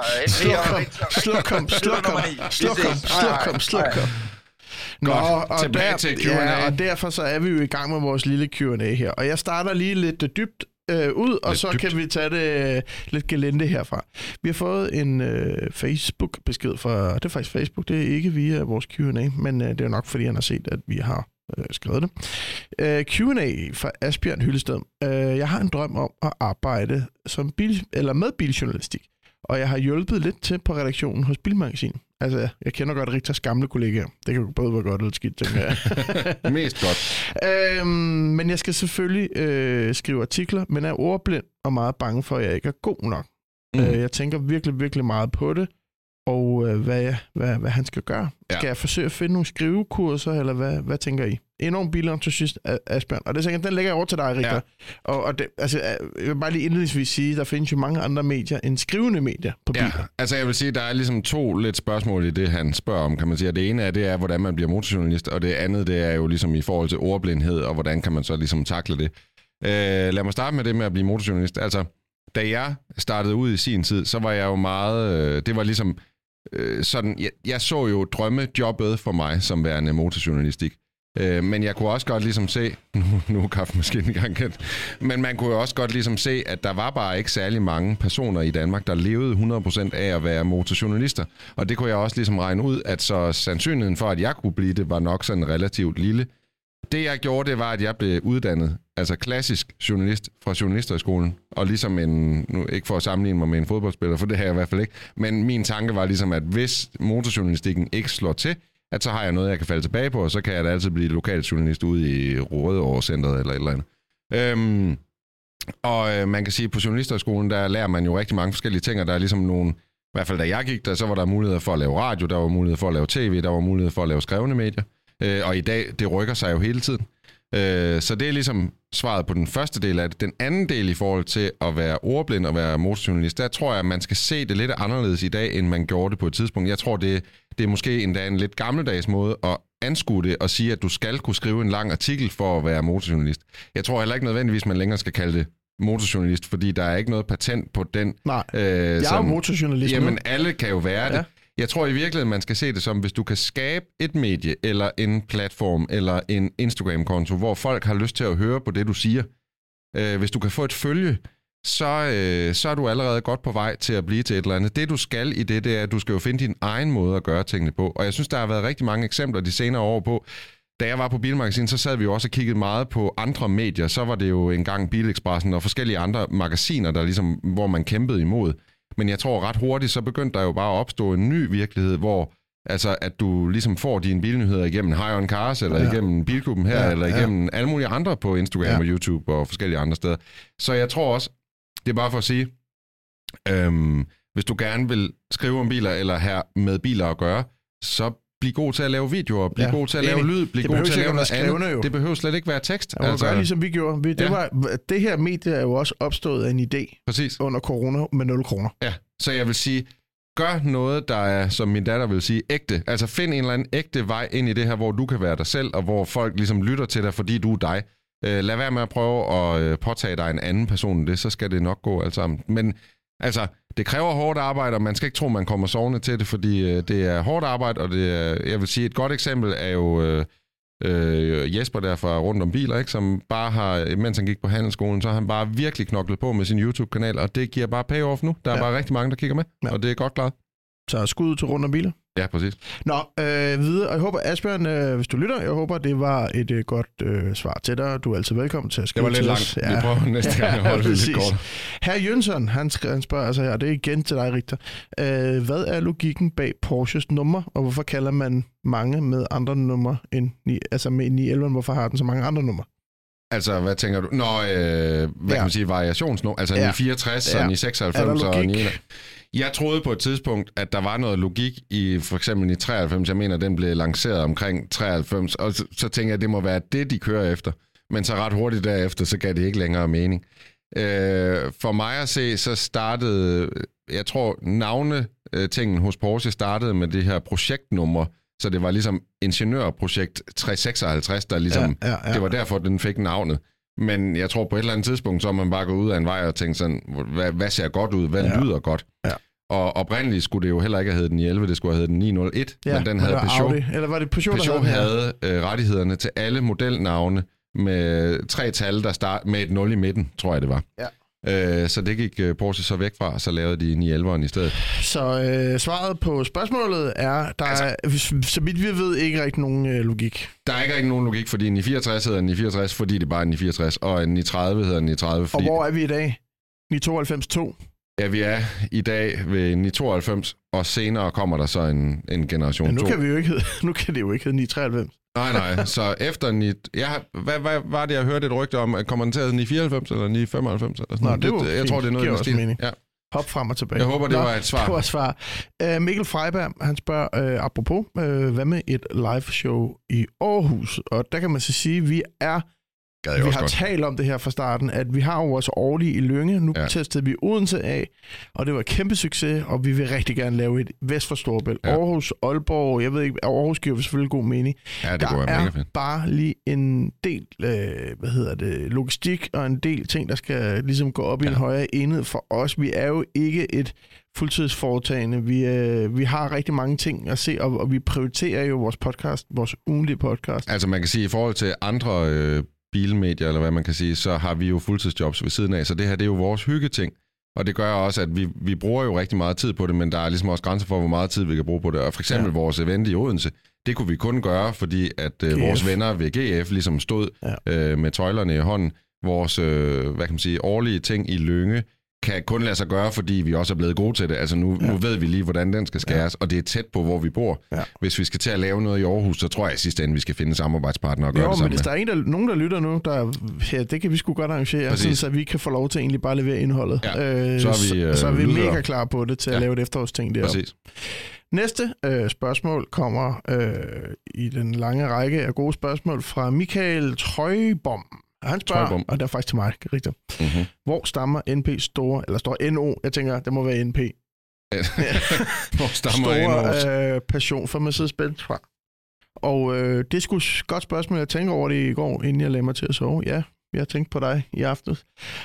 Sluk om, sluk om, sluk om, sluk om, sluk om. Nå, og, tilbage der, til Q and A. Ja, og derfor så er vi jo i gang med vores lille Q and A her. Og jeg starter lige lidt dybt øh, ud, og lidt så dybt. Kan vi tage det øh, lidt gelente herfra. Vi har fået en øh, Facebook-besked fra, det er faktisk Facebook, det er ikke via vores Q and A, men øh, det er nok fordi, han har set, at vi har øh, skrevet det. Øh, Q and A fra Asbjørn Hyllested. Øh, jeg har en drøm om at arbejde som bil, eller med biljournalistik, og jeg har hjulpet lidt til på redaktionen hos Bilmagasin. Altså, jeg kender godt Richters gamle kollegaer. Det kan jo både være godt eller skidt, tænker jeg. Mest godt. Øhm, men jeg skal selvfølgelig øh, skrive artikler, men er ordblind og meget bange for, at jeg ikke er god nok. Mm. Øh, jeg tænker virkelig, virkelig meget på det, og øh, hvad, jeg, hvad, hvad han skal gøre. Ja. Skal jeg forsøge at finde nogle skrivekurser, eller hvad, hvad tænker I? Enorm bilentusiast, Asbjørn. Og det tænker jeg, den lægger jeg over til dig, Richter. Ja. Og, og det, altså, jeg vil bare lige indledningsvis sige, at der findes jo mange andre medier end skrivende medier på biler. Ja, altså jeg vil sige, der er ligesom to lidt spørgsmål i det, han spørger om, kan man sige. Og det ene er, det er, hvordan man bliver motorjournalist, og det andet, det er jo ligesom i forhold til ordblindhed, og hvordan kan man så ligesom takle det. Øh, lad mig starte med det med at blive motorjournalist. Altså, da jeg startede ud i sin tid, så var jeg jo meget, øh, det var ligesom øh, sådan, jeg, jeg så jo drømmejobbet for mig som værende motorjournalistik. Øh, men jeg kunne også godt ligesom se, nu, nu er kaffemaskinen i gang, men man kunne jo også godt ligesom se, at der var bare ikke særlig mange personer i Danmark, der levede hundrede procent af at være motorjournalister. Og det kunne jeg også ligesom regne ud, at så sandsynligheden for, at jeg kunne blive det, var nok sådan relativt lille. Det jeg gjorde, det var, at jeg blev uddannet, altså klassisk journalist fra Journalisterskolen, og ligesom en, nu ikke for at sammenligne mig med en fodboldspiller, for det har jeg i hvert fald ikke, men min tanke var ligesom, at hvis motorjournalistikken ikke slår til, at så har jeg noget, jeg kan falde tilbage på, og så kan jeg da altid blive lokaljournalist ude i Rødovre-centret eller et eller andet. Øhm, og øh, man kan sige, at på Journalisterskolen, der lærer man jo rigtig mange forskellige ting, og der er ligesom nogle, i hvert fald da jeg gik der, så var der mulighed for at lave radio, der var mulighed for at lave tv, der var mulighed for at lave skrevne medier. Øh, og i dag, det rykker sig jo hele tiden. Øh, så det er ligesom svaret på den første del af det. Den anden del i forhold til at være ordblind og være motorjournalist, der tror jeg, at man skal se det lidt anderledes i dag, end man gjorde det på et tidspunkt. Jeg tror, det, det er måske endda en lidt gammeldags måde at anskue det og sige, at du skal kunne skrive en lang artikel for at være motorjournalist. Jeg tror heller ikke nødvendigvis, man længere skal kalde det motorjournalist, fordi der er ikke noget patent på den. Nej, øh, jeg er jo motorjournalist. Jamen, alle kan jo være ja. det. Jeg tror i virkeligheden, man skal se det som, hvis du kan skabe et medie, eller en platform, eller en Instagram-konto, hvor folk har lyst til at høre på det, du siger. Øh, hvis du kan få et følge, så, øh, så er du allerede godt på vej til at blive til et eller andet. Det, du skal i det, det er, at du skal jo finde din egen måde at gøre tingene på. Og jeg synes, der har været rigtig mange eksempler de senere år på. Da jeg var på Bilmagasin, så sad vi jo også og kiggede meget på andre medier. Så var det jo engang Bilexpressen og forskellige andre magasiner, der ligesom, hvor man kæmpede imod. Men jeg tror ret hurtigt, så begyndte der jo bare at opstå en ny virkelighed, hvor altså, at du ligesom får dine bilnyheder igennem High on Cars, eller ja. igennem Bilklubben her, ja, eller igennem ja. alle mulige andre på Instagram ja. og YouTube og forskellige andre steder. Så jeg tror også, det er bare for at sige, øhm, hvis du gerne vil skrive om biler, eller have med biler at gøre, så bliv god til at lave videoer, bliv ja. god til at lave lyd, bliv god til at lave noget andet. Jo. Det behøver slet ikke være tekst. Ja, altså, gøre ligesom vi gjorde. Det, ja. var, det her medie er jo også opstået af en idé Præcis. under corona med nul kroner. Ja, så jeg vil sige, gør noget, der er, som min datter vil sige, ægte. Altså find en eller anden ægte vej ind i det her, hvor du kan være dig selv, og hvor folk ligesom lytter til dig, fordi du er dig. Øh, lad være med at prøve at øh, påtage dig en anden person end det, så skal det nok gå alt sammen. Men altså, det kræver hårdt arbejde, og man skal ikke tro, man kommer sovende til det, fordi øh, det er hårdt arbejde, og det er, jeg vil sige, et godt eksempel er jo øh, øh, Jesper der fra Rundt om Biler, ikke, som bare har, mens han gik på handelsskolen, så har han bare virkelig knoklet på med sin YouTube-kanal, og det giver bare payoff nu. Der er ja. bare rigtig mange, der kigger med, ja. og det er godt klart. Så skud til Rundt om Biler. Ja, præcis. Nå, øh, videre, og jeg håber, Asbjørn, øh, hvis du lytter, jeg håber, det var et øh, godt øh, svar til dig. Du er altid velkommen til at skrive til os. Det var lidt langt. Ja. Vi prøver næste gang at holde det lidt kort. Herr Jønsson, han, han spørger altså her, det er igen til dig, Richter. Øh, hvad er logikken bag Porsches nummer, og hvorfor kalder man mange med andre numre end ni, altså med ni elleve, hvorfor har den så mange andre numre? Altså, hvad tænker du? Nå, øh, hvad ja. kan man sige, variationsnummer? Altså ja. ni fireogtres ja. og ni seksoghalvfems og ni... Jeg troede på et tidspunkt, at der var noget logik i for eksempel i treoghalvfems. Jeg mener, den blev lanceret omkring treoghalvfems, og så, så tænker jeg, at det må være det, de kører efter. Men så ret hurtigt derefter, så gav det ikke længere mening. Øh, for mig at se, så startede, jeg tror, navnetingen hos Porsche startede med det her projektnummer, så det var ligesom ingeniørprojekt tre seksoghalvtreds, der ligesom, ja, ja, ja. det var derfor, den fik navnet. Men jeg tror på et eller andet tidspunkt, så er man bare gået ud af en vej og tænkt sådan, hvad, hvad ser godt ud, hvad ja. lyder godt? Ja. Og oprindeligt skulle det jo heller ikke have heddet den ni elleve, det skulle have heddet den ni nul et, ja, men den havde Peugeot. Audi. Eller var det Peugeot, Peugeot havde, havde øh, rettighederne til alle modelnavne med tre tal, der start med et nul i midten, tror jeg det var. Ja. Øh, så det gik øh, Porsche så væk fra, og så lavede de ni elleveren i stedet. Så øh, svaret på spørgsmålet er, der altså, er, så vidt vi ved, ikke rigtig nogen øh, logik. Der er ikke rigtig nogen logik, fordi en ni fireogtres hedder en ni fireogtres, fordi det bare er en ni fireogtres, og en ni tredive hedder en ni tredive, fordi... Og hvor er vi i dag? ni tooghalvfems to? Ja, vi er i dag ved ni tooghalvfems, og senere kommer der så en, en generation ja, nu to. Kan vi jo ikke hedde, nu kan det jo ikke hedde ni treoghalvfems. Nej, nej, så efter ni... Ja, hvad, hvad var det, jeg hørte et rygte om? Kommer den til at hedde ni fireoghalvfems eller ni femoghalvfems? Eller sådan? Nå, det var det, jeg tror, det er noget i den stil. Ja. Hop frem og tilbage. Jeg håber, det Nå, var et svar. Det var et svar. Uh, Mikkel Freiberg, han spørger, uh, apropos, uh, hvad med et live show i Aarhus? Og der kan man så sige, at vi er gad jeg vi også har godt. talt om det her fra starten, at vi har jo vores årlige i Lynge. Nu ja. testede vi Odense af, og det var et kæmpe succes, og vi vil rigtig gerne lave et vest for Storebælt. Ja. Aarhus, Aalborg, jeg ved ikke, Aarhus giver selvfølgelig god mening. Ja, det der går er mega fedt. bare lige en del, øh, hvad hedder det, logistik og en del ting, der skal ligesom gå op ja. i en højere enhed for os. Vi er jo ikke et fuldtidsforetagende. Vi, øh, vi har rigtig mange ting at se, og, og vi prioriterer jo vores podcast, vores ugenlige podcast. Altså man kan sige, i forhold til andre øh, bilmedier, eller hvad man kan sige, så har vi jo fuldtidsjobs ved siden af, så det her det er jo vores hyggeting. Og det gør også, at vi, vi bruger jo rigtig meget tid på det, men der er ligesom også grænser for, hvor meget tid vi kan bruge på det. Og for eksempel ja. vores event i Odense, det kunne vi kun gøre, fordi at øh, vores venner ved G F ligesom stod ja. øh, med tøjlerne i hånden. Vores, øh, hvad kan man sige, årlige ting i Lynge kan kun lade sig gøre, fordi vi også er blevet gode til det. Altså nu, ja. nu ved vi lige, hvordan den skal skæres, ja. og det er tæt på, hvor vi bor. Ja. Hvis vi skal til at lave noget i Aarhus, så tror jeg i sidste ende, vi skal finde samarbejdspartnere og gøre jo, det sammen. Jo, men hvis der er en, der, nogen, der lytter nu, der, ja, det kan vi sgu godt arrangere, sådan, så vi kan få lov til at egentlig bare levere indholdet. Ja. Øh, så er vi, øh, så er vi mega klar på det til ja. at lave et efterårsting deroppe. Præcis. Næste øh, spørgsmål kommer øh, i den lange række af gode spørgsmål fra Michael Trøjbom. Han spørger, Trøjbom. Og det er faktisk til mig, rigtig. Mm-hmm. Hvor stammer N P store, eller står N O? Jeg tænker, det må være N P. Hvor stammer store øh, passion for Mercedes-Benz fra. Og øh, det er sgu et godt spørgsmål. Jeg tænker over det i går, inden jeg lagde mig til at sove. Ja, jeg tænkte på dig i aften.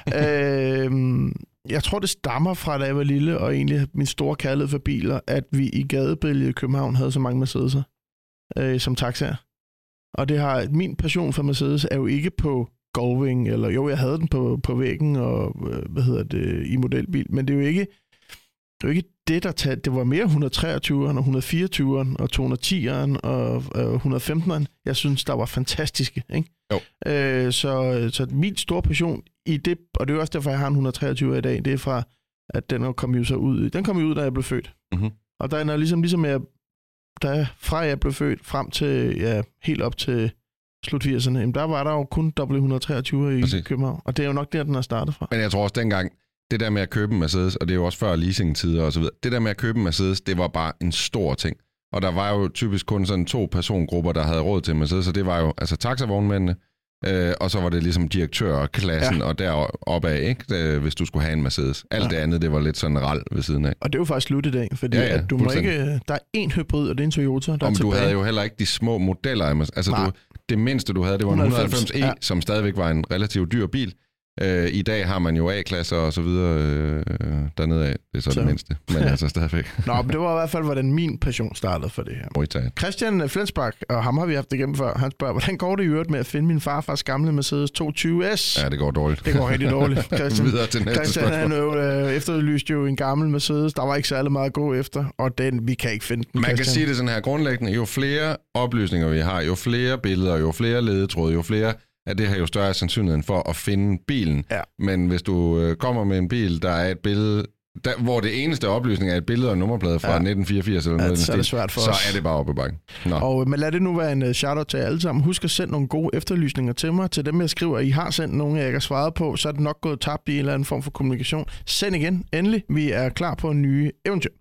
øh, jeg tror, det stammer fra, da jeg var lille, og egentlig min store kærlighed for biler, at vi i gadebilledet i København havde så mange Mercedes'er øh, som taxaer. Og det har min passion for Mercedes er jo ikke på Gullwing, eller jo, jeg havde den på, på væggen, og hvad hedder det, i modelbil, men det er jo ikke, det er jo ikke det, der tager, det var mere et hundrede og treogtyveren, og et hundrede og fireogtyveren, og to hundrede og tieren, og et hundrede og femteneren, jeg synes, der var fantastiske, ikke? Jo. Øh, så, så min store passion i det, og det er jo også derfor, jeg har en et hundrede og treogtyve i dag, det er fra, at den kom jo så ud, den kom jo ud, da jeg blev født. Mm-hmm. Og der er ligesom, ligesom jeg, der fra jeg blev født, frem til, ja, helt op til slut firserne, jamen der var der jo kun W et hundrede og treogtyve i Præcis. København, og det er jo nok der, den er startet fra. Men jeg tror også dengang, det der med at købe en Mercedes, og det er jo også før leasingtider og så videre, det der med at købe en Mercedes, det var bare en stor ting. Og der var jo typisk kun sådan to persongrupper, der havde råd til Mercedes, så det var jo altså taxavognmændene, øh, og så var det ligesom direktørklassen, ja. og deroppe af, ikke? Det, hvis du skulle have en Mercedes. Alt ja. det andet, det var lidt sådan ral ved siden af. Og det er jo faktisk slut i dag, fordi ja, ja, at du må ikke, der er en hybrid, og det er en Toyota, der Om er du havde jo heller ikke de små modeller af Mercedes. Altså du, det mindste, du havde, det var en et hundrede og halvfems E, ja. som stadigvæk var en relativt dyr bil. Øh, I dag har man jo A-klasser og så videre øh, dernede af. Det er så, så det mindste, men altså stadigvæk. Nå, men det var i hvert fald, hvordan min passion startede for det her. Modtaget. Christian Flensbach, og ham har vi haft igennem før, han spørger, hvordan går det i øvrigt med at finde min farfars gamle Mercedes to tyve S? Ja, det går dårligt. Det går rigtig dårligt. Christian, Videre til næste Christian han øh, efterlyste jo en gammel Mercedes, der var ikke særlig meget at gå efter, og den, vi kan ikke finde den. Man Christian. kan sige det sådan her grundlæggende, jo flere oplysninger vi har, jo flere billeder, jo flere ledetråde, jo flere at det her jo større sandsynligheden for at finde bilen. Ja. Men hvis du øh, kommer med en bil, der er et billede, der, hvor det eneste oplysning er et billede og en nummerplade fra ja. nitten fireogfirs eller ja, noget, så, er det svært for så os. er det bare oppe i bakken. Og, men lad det nu være en uh, shout-out til alle sammen. Husk at sende nogle gode efterlysninger til mig. Til dem, jeg skriver, at I har sendt nogle, jeg ikke har svaret på, så er det nok gået tabt i en eller anden form for kommunikation. Send igen, endelig. Vi er klar på en ny eventyr.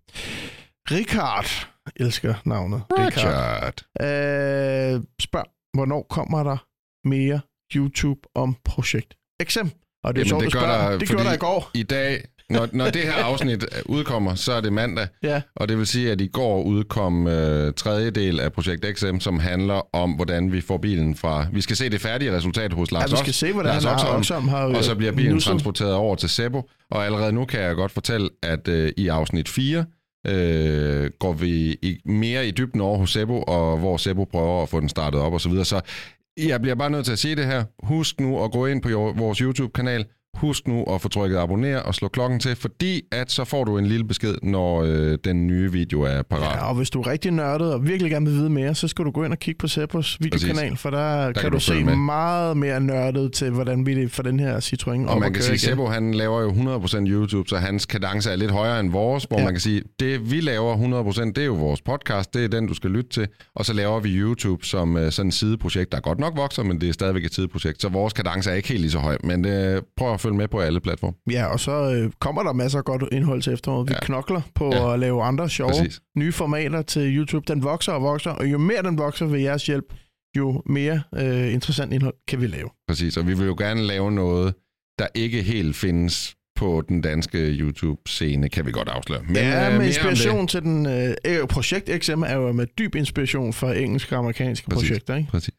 Richard, jeg elsker navnet. Richard. Richard. Øh, spørg, hvornår kommer der mere YouTube om projekt X M? Og det er sjovt, det gør der, det gjorde der i går. I dag, når, når det her afsnit udkommer, så er det mandag. Ja. Og det vil sige, at i går udkom øh, tredje del af projekt X M, som handler om, hvordan vi får bilen fra... Vi skal se det færdige resultat hos Lars Ja, vi skal se, hvordan Lars han Oxholm har... Og så bliver bilen nusset. transporteret over til Sebo. Og allerede nu kan jeg godt fortælle, at øh, i afsnit fire øh, går vi i, mere i dybden over hos Sebo, og hvor Sebo prøver at få den startet op og så videre. Så jeg bliver bare nødt til at sige det her. Husk nu at gå ind på vores YouTube-kanal. Husk nu at få trykket abonner og slå klokken til, fordi at så får du en lille besked, når øh, den nye video er parat. Ja, og hvis du er rigtig nørdet og virkelig gerne vil vide mere, så skal du gå ind og kigge på Sebos videokanal, for der, der kan, kan du, du se med. meget mere nørdet til, hvordan vi for den her Citroën og man kan sige, at Sebo han laver jo hundrede procent YouTube, så hans kadence er lidt højere end vores, hvor ja. man kan sige, det vi laver hundrede procent, det er jo vores podcast, det er den, du skal lytte til, og så laver vi YouTube som uh, sådan et sideprojekt, der godt nok vokser, men det er stadigvæk et sideprojekt, så vores kadence er ikke helt lige så høj, men uh, prøv at følge med på alle platforme. Ja, og så øh, kommer der masser af godt indhold til efteråret. Vi ja. knokler på ja. at lave andre sjove, Præcis. nye formater til YouTube. Den vokser og vokser, og jo mere den vokser ved jeres hjælp, jo mere øh, interessant indhold kan vi lave. Præcis, og vi vil jo gerne lave noget, der ikke helt findes på den danske YouTube-scene, kan vi godt afsløre. Men, ja, med inspiration til den... Øh, projekt X M er jo med dyb inspiration fra engelske og amerikanske præcis, projekter, ikke? Præcis.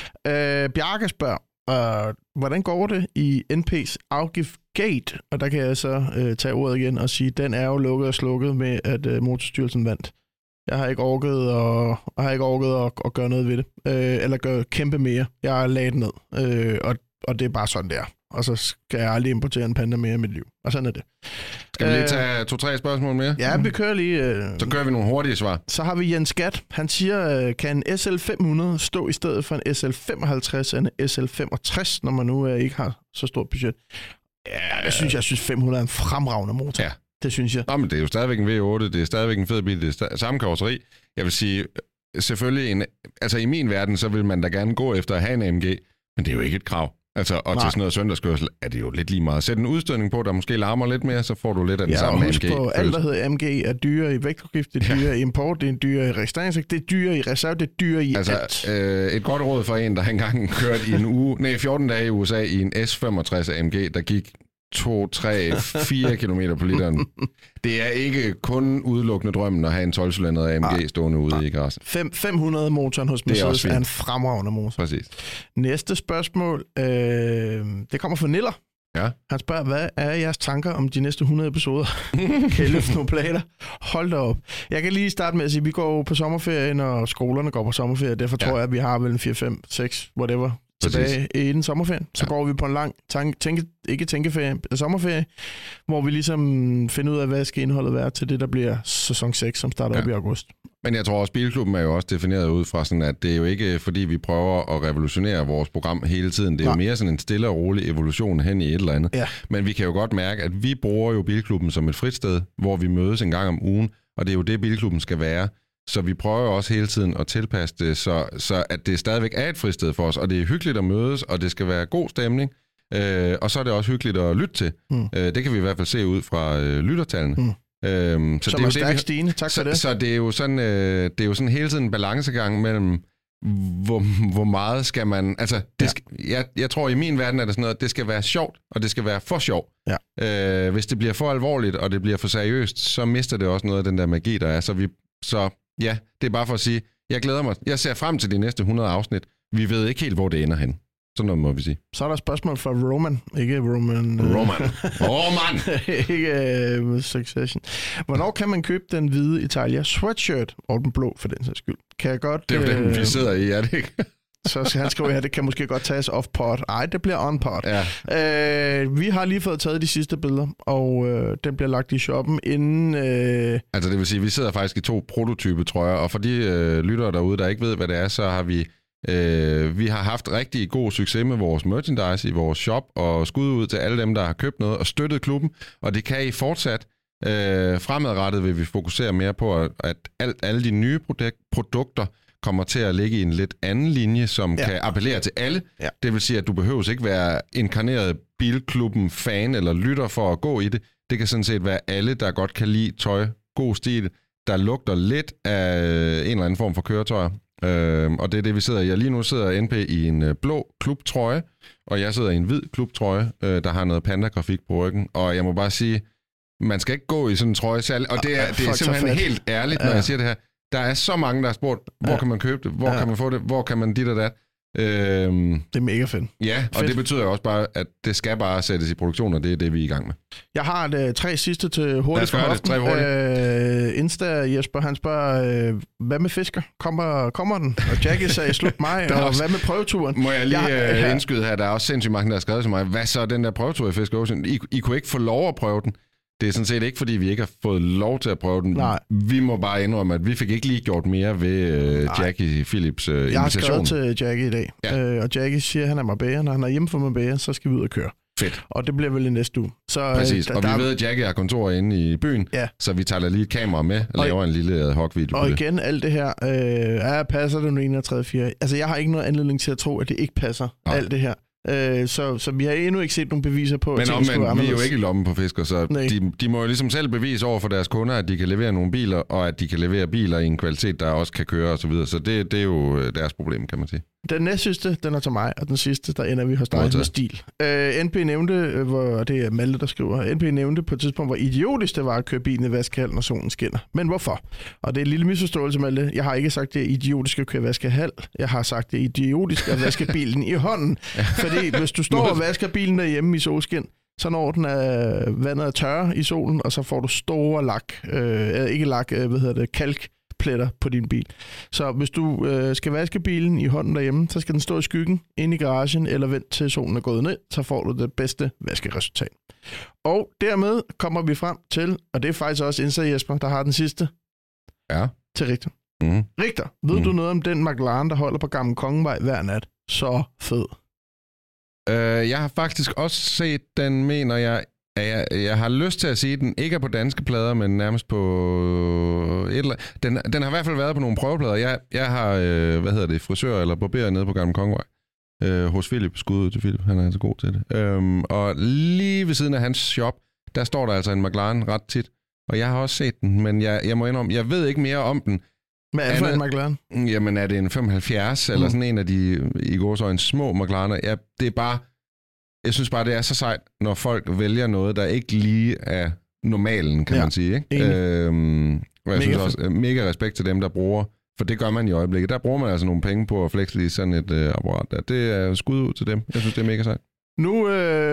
Øh, Bjarke spørger, øh, hvordan går det i N P's afgiftgate? Og der kan jeg så øh, tage ordet igen og sige, den er jo lukket og slukket med, at øh, Motorstyrelsen vandt. Jeg har ikke orket, og, og har ikke orket at, at gøre noget ved det. Øh, eller gøre kæmpe mere. Jeg har lagt ned. Øh, og, og det er bare sådan, det er. Og så skal jeg aldrig importere en panda mere i mit liv. Og sådan er det. Skal vi lige tage to-tre spørgsmål mere? Ja, vi kører lige... Øh, så kører vi nogle hurtige svar. Så har vi Jens Gat. Han siger, øh, kan en S L fem hundrede stå i stedet for en S L femoghalvtreds eller en S L femogtres, når man nu øh, ikke har så stort budget? Ja, jeg synes, jeg synes fem hundrede er en fremragende motor. Ja. Det synes jeg. Nå, men det er jo stadigvæk en V otte, det er stadigvæk en fed bil, det er samme karosseri. Jeg vil sige, selvfølgelig, en, altså i min verden, så vil man da gerne gå efter at have en A M G, men det er jo ikke et krav. Altså, og Nej. Til sådan noget søndagskørsel er det jo lidt lige meget. Sæt en udstødning på, der måske larmer lidt mere, så får du lidt af den ja, samme A M G. Ja, og husk på, alt, der hedder A M G, er dyre i vægtafgift, det er dyre ja. i import, det er dyre i registrering, det er dyre i reserve, det er dyre i altså, alt. Øh, et godt råd for en, der engang kørte i en uge, nej, fjorten dage i U S A i en S femogtres A M G, der gik to, tre, fire kilometer på literen. Det er ikke kun udelukkende drømmen at have en tolv-cylindret A M G ah, stående ude ah, i garagen. fem hundrede motoren hos Mercedes er, er en fremragende motor. Præcis. Næste spørgsmål, øh, det kommer fra Niller. Ja. Han spørger, hvad er jeres tanker om de næste hundrede episoder? Kan I løfte nogle planer? Hold da op. Jeg kan lige starte med at sige, at vi går på sommerferie, når skolerne går på sommerferie. Derfor ja. tror jeg, at vi har vel en fire, fem, seks, whatever, tilbage inden sommerferien. Så ja. går vi på en lang, tanke, tænke, ikke tænkeferie, sommerferie, hvor vi ligesom finder ud af, hvad skal indholdet være til det, der bliver sæson seks, som starter ja. op i august. Men jeg tror også, Bilklubben er jo også defineret ud fra sådan, at det er jo ikke, fordi vi prøver at revolutionere vores program hele tiden. Det er Nej. jo mere sådan en stille og rolig evolution hen i et eller andet. Ja. Men vi kan jo godt mærke, at vi bruger jo Bilklubben som et fritsted, hvor vi mødes en gang om ugen, og det er jo det, Bilklubben skal være. Så vi prøver også hele tiden at tilpasse det, så, så at det stadigvæk er et fristed for os, og det er hyggeligt at mødes, og det skal være god stemning, øh, og så er det også hyggeligt at lytte til. Mm. Øh, det kan vi i hvert fald se ud fra øh, lyttertallene. Mm. Øhm, så Som det er, er stærkt stigende, tak for så, det. Så det er jo sådan, øh, det er jo sådan hele tiden en balancegang mellem, hvor, hvor meget skal man... Altså, det ja. skal, jeg, jeg tror, i min verden er det sådan noget, det skal være sjovt, og det skal være for sjovt. Ja. Øh, hvis det bliver for alvorligt, og det bliver for seriøst, så mister det også noget af den der magi, der er. Så vi... Så ja, det er bare for at sige, jeg glæder mig. Jeg ser frem til de næste hundrede afsnit. Vi ved ikke helt, hvor det ender hen. Sådan noget må vi sige. Så er der et spørgsmål fra Roman. Ikke Roman. Roman. Roman! ikke uh, Succession. Hvornår kan man købe den hvide Italia sweatshirt, og den blå for den sags skyld? Kan jeg godt... Det er jo uh, den, vi sidder i, er det ikke? Så han skriver her, det kan måske godt tages off-pod. Ej, det bliver on-pod. Ja. Øh, vi har lige fået taget de sidste billeder, og øh, den bliver lagt i shoppen inden... Øh... Altså det vil sige, vi sidder faktisk i to prototype trøjer, og for de øh, lyttere derude, der ikke ved, hvad det er, så har vi... Øh, vi har haft rigtig god succes med vores merchandise i vores shop, og skud ud til alle dem, der har købt noget og støttet klubben, og det kan I fortsat. Øh, fremadrettet vil vi fokusere mere på, at alt, alle de nye produk- produkter kommer til at ligge i en lidt anden linje, som ja. kan appellere til alle. Ja. Det vil sige, at du behøves ikke være inkarneret Bilklubben-fan eller lytter for at gå i det. Det kan sådan set være alle, der godt kan lide tøj, god stil, der lugter lidt af en eller anden form for køretøjer. Øh, og det er det, vi sidder i. Jeg lige nu sidder N P i en blå klubtrøje, og jeg sidder i en hvid klubtrøje, øh, der har noget panda-grafik på ryggen. Og jeg må bare sige, man skal ikke gå i sådan en trøje særlig. Og det er, det er simpelthen helt ærligt, når ja. jeg siger det her. Der er så mange, der har spurgt, hvor ja. kan man købe det, hvor ja. kan man få det, hvor kan man dit og dat. Øhm, det er mega fedt. Ja, og fedt. Det betyder jo også bare, at det skal bare sættes i produktion, og det er det, vi er i gang med. Jeg har det, tre sidste til hurtigt fra hoften. Øh, Insta Jesper, han spørger, øh, hvad med fisker? Kommer, kommer den? Og Jackie sagde, slut mig, og også, hvad med prøveturen? Må jeg lige jeg, øh, indskyde her, der er også sindssygt mange, der har skrevet til mig, hvad så den der prøvetur i Fisk Ocean? I, I kunne ikke få lov at prøve den. Det er sådan set ikke, fordi vi ikke har fået lov til at prøve den. Nej. Vi må bare indrømme, at vi fik ikke lige gjort mere ved uh, Jackie Philips uh, invitation. Jeg har skrevet til Jackie i dag, ja. uh, og Jackie siger, at han er Marbella. Når han er hjemme fra Marbella, så skal vi ud og køre. Fedt. Og det bliver vel i næste uge. Så, Præcis, der, og vi der... ved, at Jackie har kontor inde i byen, ja. så vi tager lige et kamera med og, og laver en lille ad hoc video. Og igen, alt det her, øh, ja, passer det nu enogtredive fire. Altså, jeg har ikke noget anledning til at tro, at det ikke passer, Nej. alt det her. Øh, så, så vi har endnu ikke set nogle beviser på, men at ting skulle vi er jo ikke i lommen på Fisker, så de, de må jo ligesom selv bevise over for deres kunder, at de kan levere nogle biler, og at de kan levere biler i en kvalitet, der også kan køre osv. Så, så det, det er jo deres problem, kan man sige. Den næste sidste, den er til mig, og den sidste, der ender vi hos dig med stil. Uh, N P nævnte, hvor det er Malte, der skriver, N P nævnte på et tidspunkt, hvor idiotisk det var at køre bilen i vaskehal, når solen skinner. Men hvorfor? Og det er en lille misforståelse, Malte. Jeg har ikke sagt, det er idiotisk at køre vaskehal. Jeg har sagt, det er idiotisk at vaske bilen i hånden. Fordi hvis du står og vasker bilen derhjemme i solskin, så når den er vandet er tørre i solen, og så får du store lak, øh, ikke lak, øh, hvad hedder det, kalkpletter på din bil. Så hvis du øh, skal vaske bilen i hånden derhjemme, så skal den stå i skyggen inde i garagen, eller vent til solen er gået ned, så får du det bedste vaskeresultat. Og dermed kommer vi frem til, og det er faktisk også Insa Jesper, der har den sidste, ja. til Richter. Mm. Richter, ved mm. du noget om den McLaren, der holder på Gamle Kongevej hver nat? Så fed. Uh, jeg har faktisk også set den, mener jeg, jeg, jeg har lyst til at sige, at den ikke er på danske plader, men nærmest på et eller den, den har i hvert fald været på nogle prøveplader. Jeg, jeg har, øh, hvad hedder det, frisør eller barberer nede på Gamle Kongevej. Øh, hos Philip, skud ud til Philip, han er altså god til det. Øhm, og lige ved siden af hans shop, der står der altså en McLaren ret tit. Og jeg har også set den, men jeg, jeg må indrømme, jeg ved ikke mere om den. Hvad er det for en McLaren? Jamen, er det en femoghalvfjerds, mm. eller sådan en af de, i går så en små McLarener? Ja, det er bare, jeg synes bare, det er så sejt, når folk vælger noget, der ikke lige er normalen, kan ja. man sige. Ikke? Øhm, og jeg mega synes også, mega respekt til dem, der bruger, for det gør man i øjeblikket. Der bruger man altså nogle penge på at flexle sådan et øh, apparat der. Det er skud ud til dem. Jeg synes, det er mega sejt. Nu,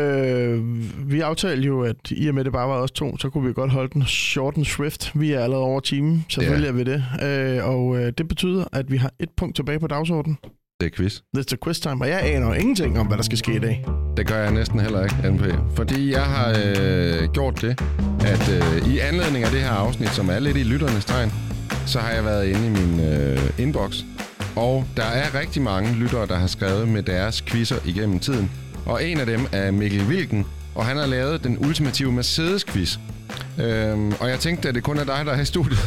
øh, vi aftalte jo, at i og med det bare var os to, så kunne vi godt holde den short and swift. Vi er allerede over timen, selvfølgelig yeah. er vi det. Øh, og øh, det betyder, at vi har et punkt tilbage på dagsordenen. Det er quiz. Det er quiz time, og jeg aner jo ingenting om, hvad der skal ske i dag. Det gør jeg næsten heller ikke, N P. Fordi jeg har øh, gjort det, at øh, i anledning af det her afsnit, som er lidt i lytternes tegn, så har jeg været inde i min øh, inbox. Og der er rigtig mange lyttere, der har skrevet med deres quizzer igennem tiden. Og en af dem er Mikkel Wilken, og han har lavet den ultimative Mercedes-quiz. Øhm, og jeg tænkte, at det kun er dig, der er i studiet,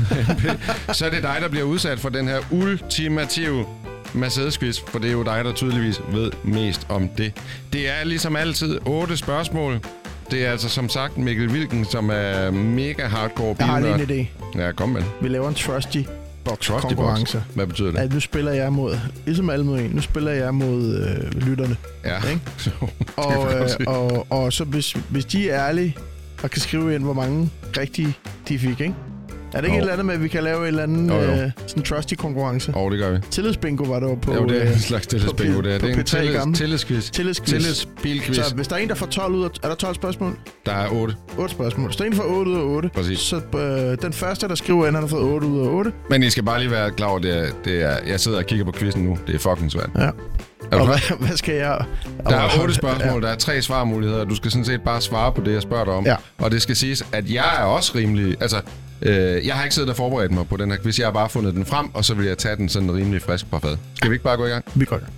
så er det dig, der bliver udsat for den her ultimative Mercedes-quiz, for det er jo dig, der tydeligvis ved mest om det. Det er ligesom altid otte spørgsmål. Det er altså som sagt Mikkel Wilken, som er mega hardcore bilnørd. Jeg har lige en idé. Ja, kom med. Vi laver en trusty box konkurrence. Box. Hvad betyder det? At nu spiller jeg mod, ligesom alle mod en, nu spiller jeg mod øh, lytterne. Ja. Ikke? og, øh, og, og så hvis, hvis de er ærlige og kan skrive ind, hvor mange rigtige de fik, ikke? Er det ikke oh. et eller andet med, at vi kan lave et eller andet oh, øh, sådan trusty konkurrence? Åh, oh, det gør vi. Tillidsbingo var der på. Jo, det er en slags tillidsbingo. Det er, det er en tillids, tillidsquiz. Tillidsquiz. Tillidsbilquiz. Så hvis der er en, der får tolv ud af... Er der tolv spørgsmål? Der er otte. otte spørgsmål. Hvis der er en, der får otte ud af otte, præcis. Så øh, den første, der skriver ind, han har fået otte ud af otte. Men I skal bare lige være klar over, det er, det er, jeg sidder og kigger på quizzen nu. Det er fucking svært. Ja. Og hvad, hvad skal jeg... Der er otte spørgsmål, ja. Der er tre svarmuligheder. Du skal sådan set bare svare på det, jeg spørger dig om. Ja. Og det skal siges, at jeg er også rimelig... Altså, øh, jeg har ikke siddet og forberedt mig på den her quiz. Jeg har bare fundet den frem, og så vil jeg tage den sådan rimelig frisk på fad. Skal vi ikke bare gå i gang? Vi går i gang.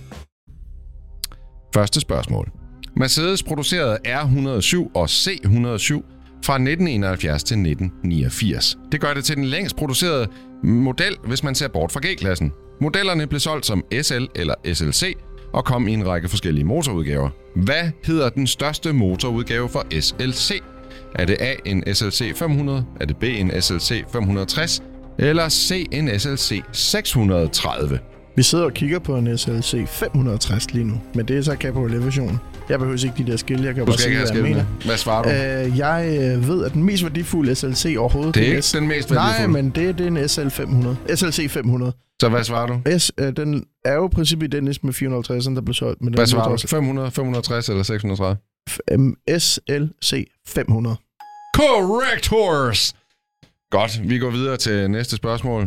Første spørgsmål. Mercedes producerede R et hundrede og syv og C et hundrede og syv fra nitten enoghalvfjerds til nitten niogfirs. Det gør det til den længst producerede model, hvis man ser bort fra G-klassen. Modellerne blev solgt som S L eller S L C og kom i en række forskellige motorudgaver. Hvad hedder den største motorudgave for S L C? Er det A en S L C fem hundrede? Er det B en S L C fem hundrede og tres? Eller C en S L C seks hundrede og tredive? Vi sidder og kigger på en S L C fem hundrede og tres lige nu, men det er så Cabriolet-versionen. Jeg behøver ikke de der skilte, jeg kan du bare sige, hvad jeg mener. Hvad svarer du? Uh, jeg ved, at den mest værdifulde S L C overhovedet... Det er ikke S- den mest værdifulde? Nej, men det, det er en S L fem hundrede. S L C fem hundrede. Så hvad svarer du? S, uh, den er jo i princippet identisk med fire hundrede og halvtreds, der blev solgt. Men hvad svarer du? fem hundrede, fem hundrede og tres eller seks hundrede og tredive? F- S L C fem hundrede. Correct horse! Godt, vi går videre til næste spørgsmål.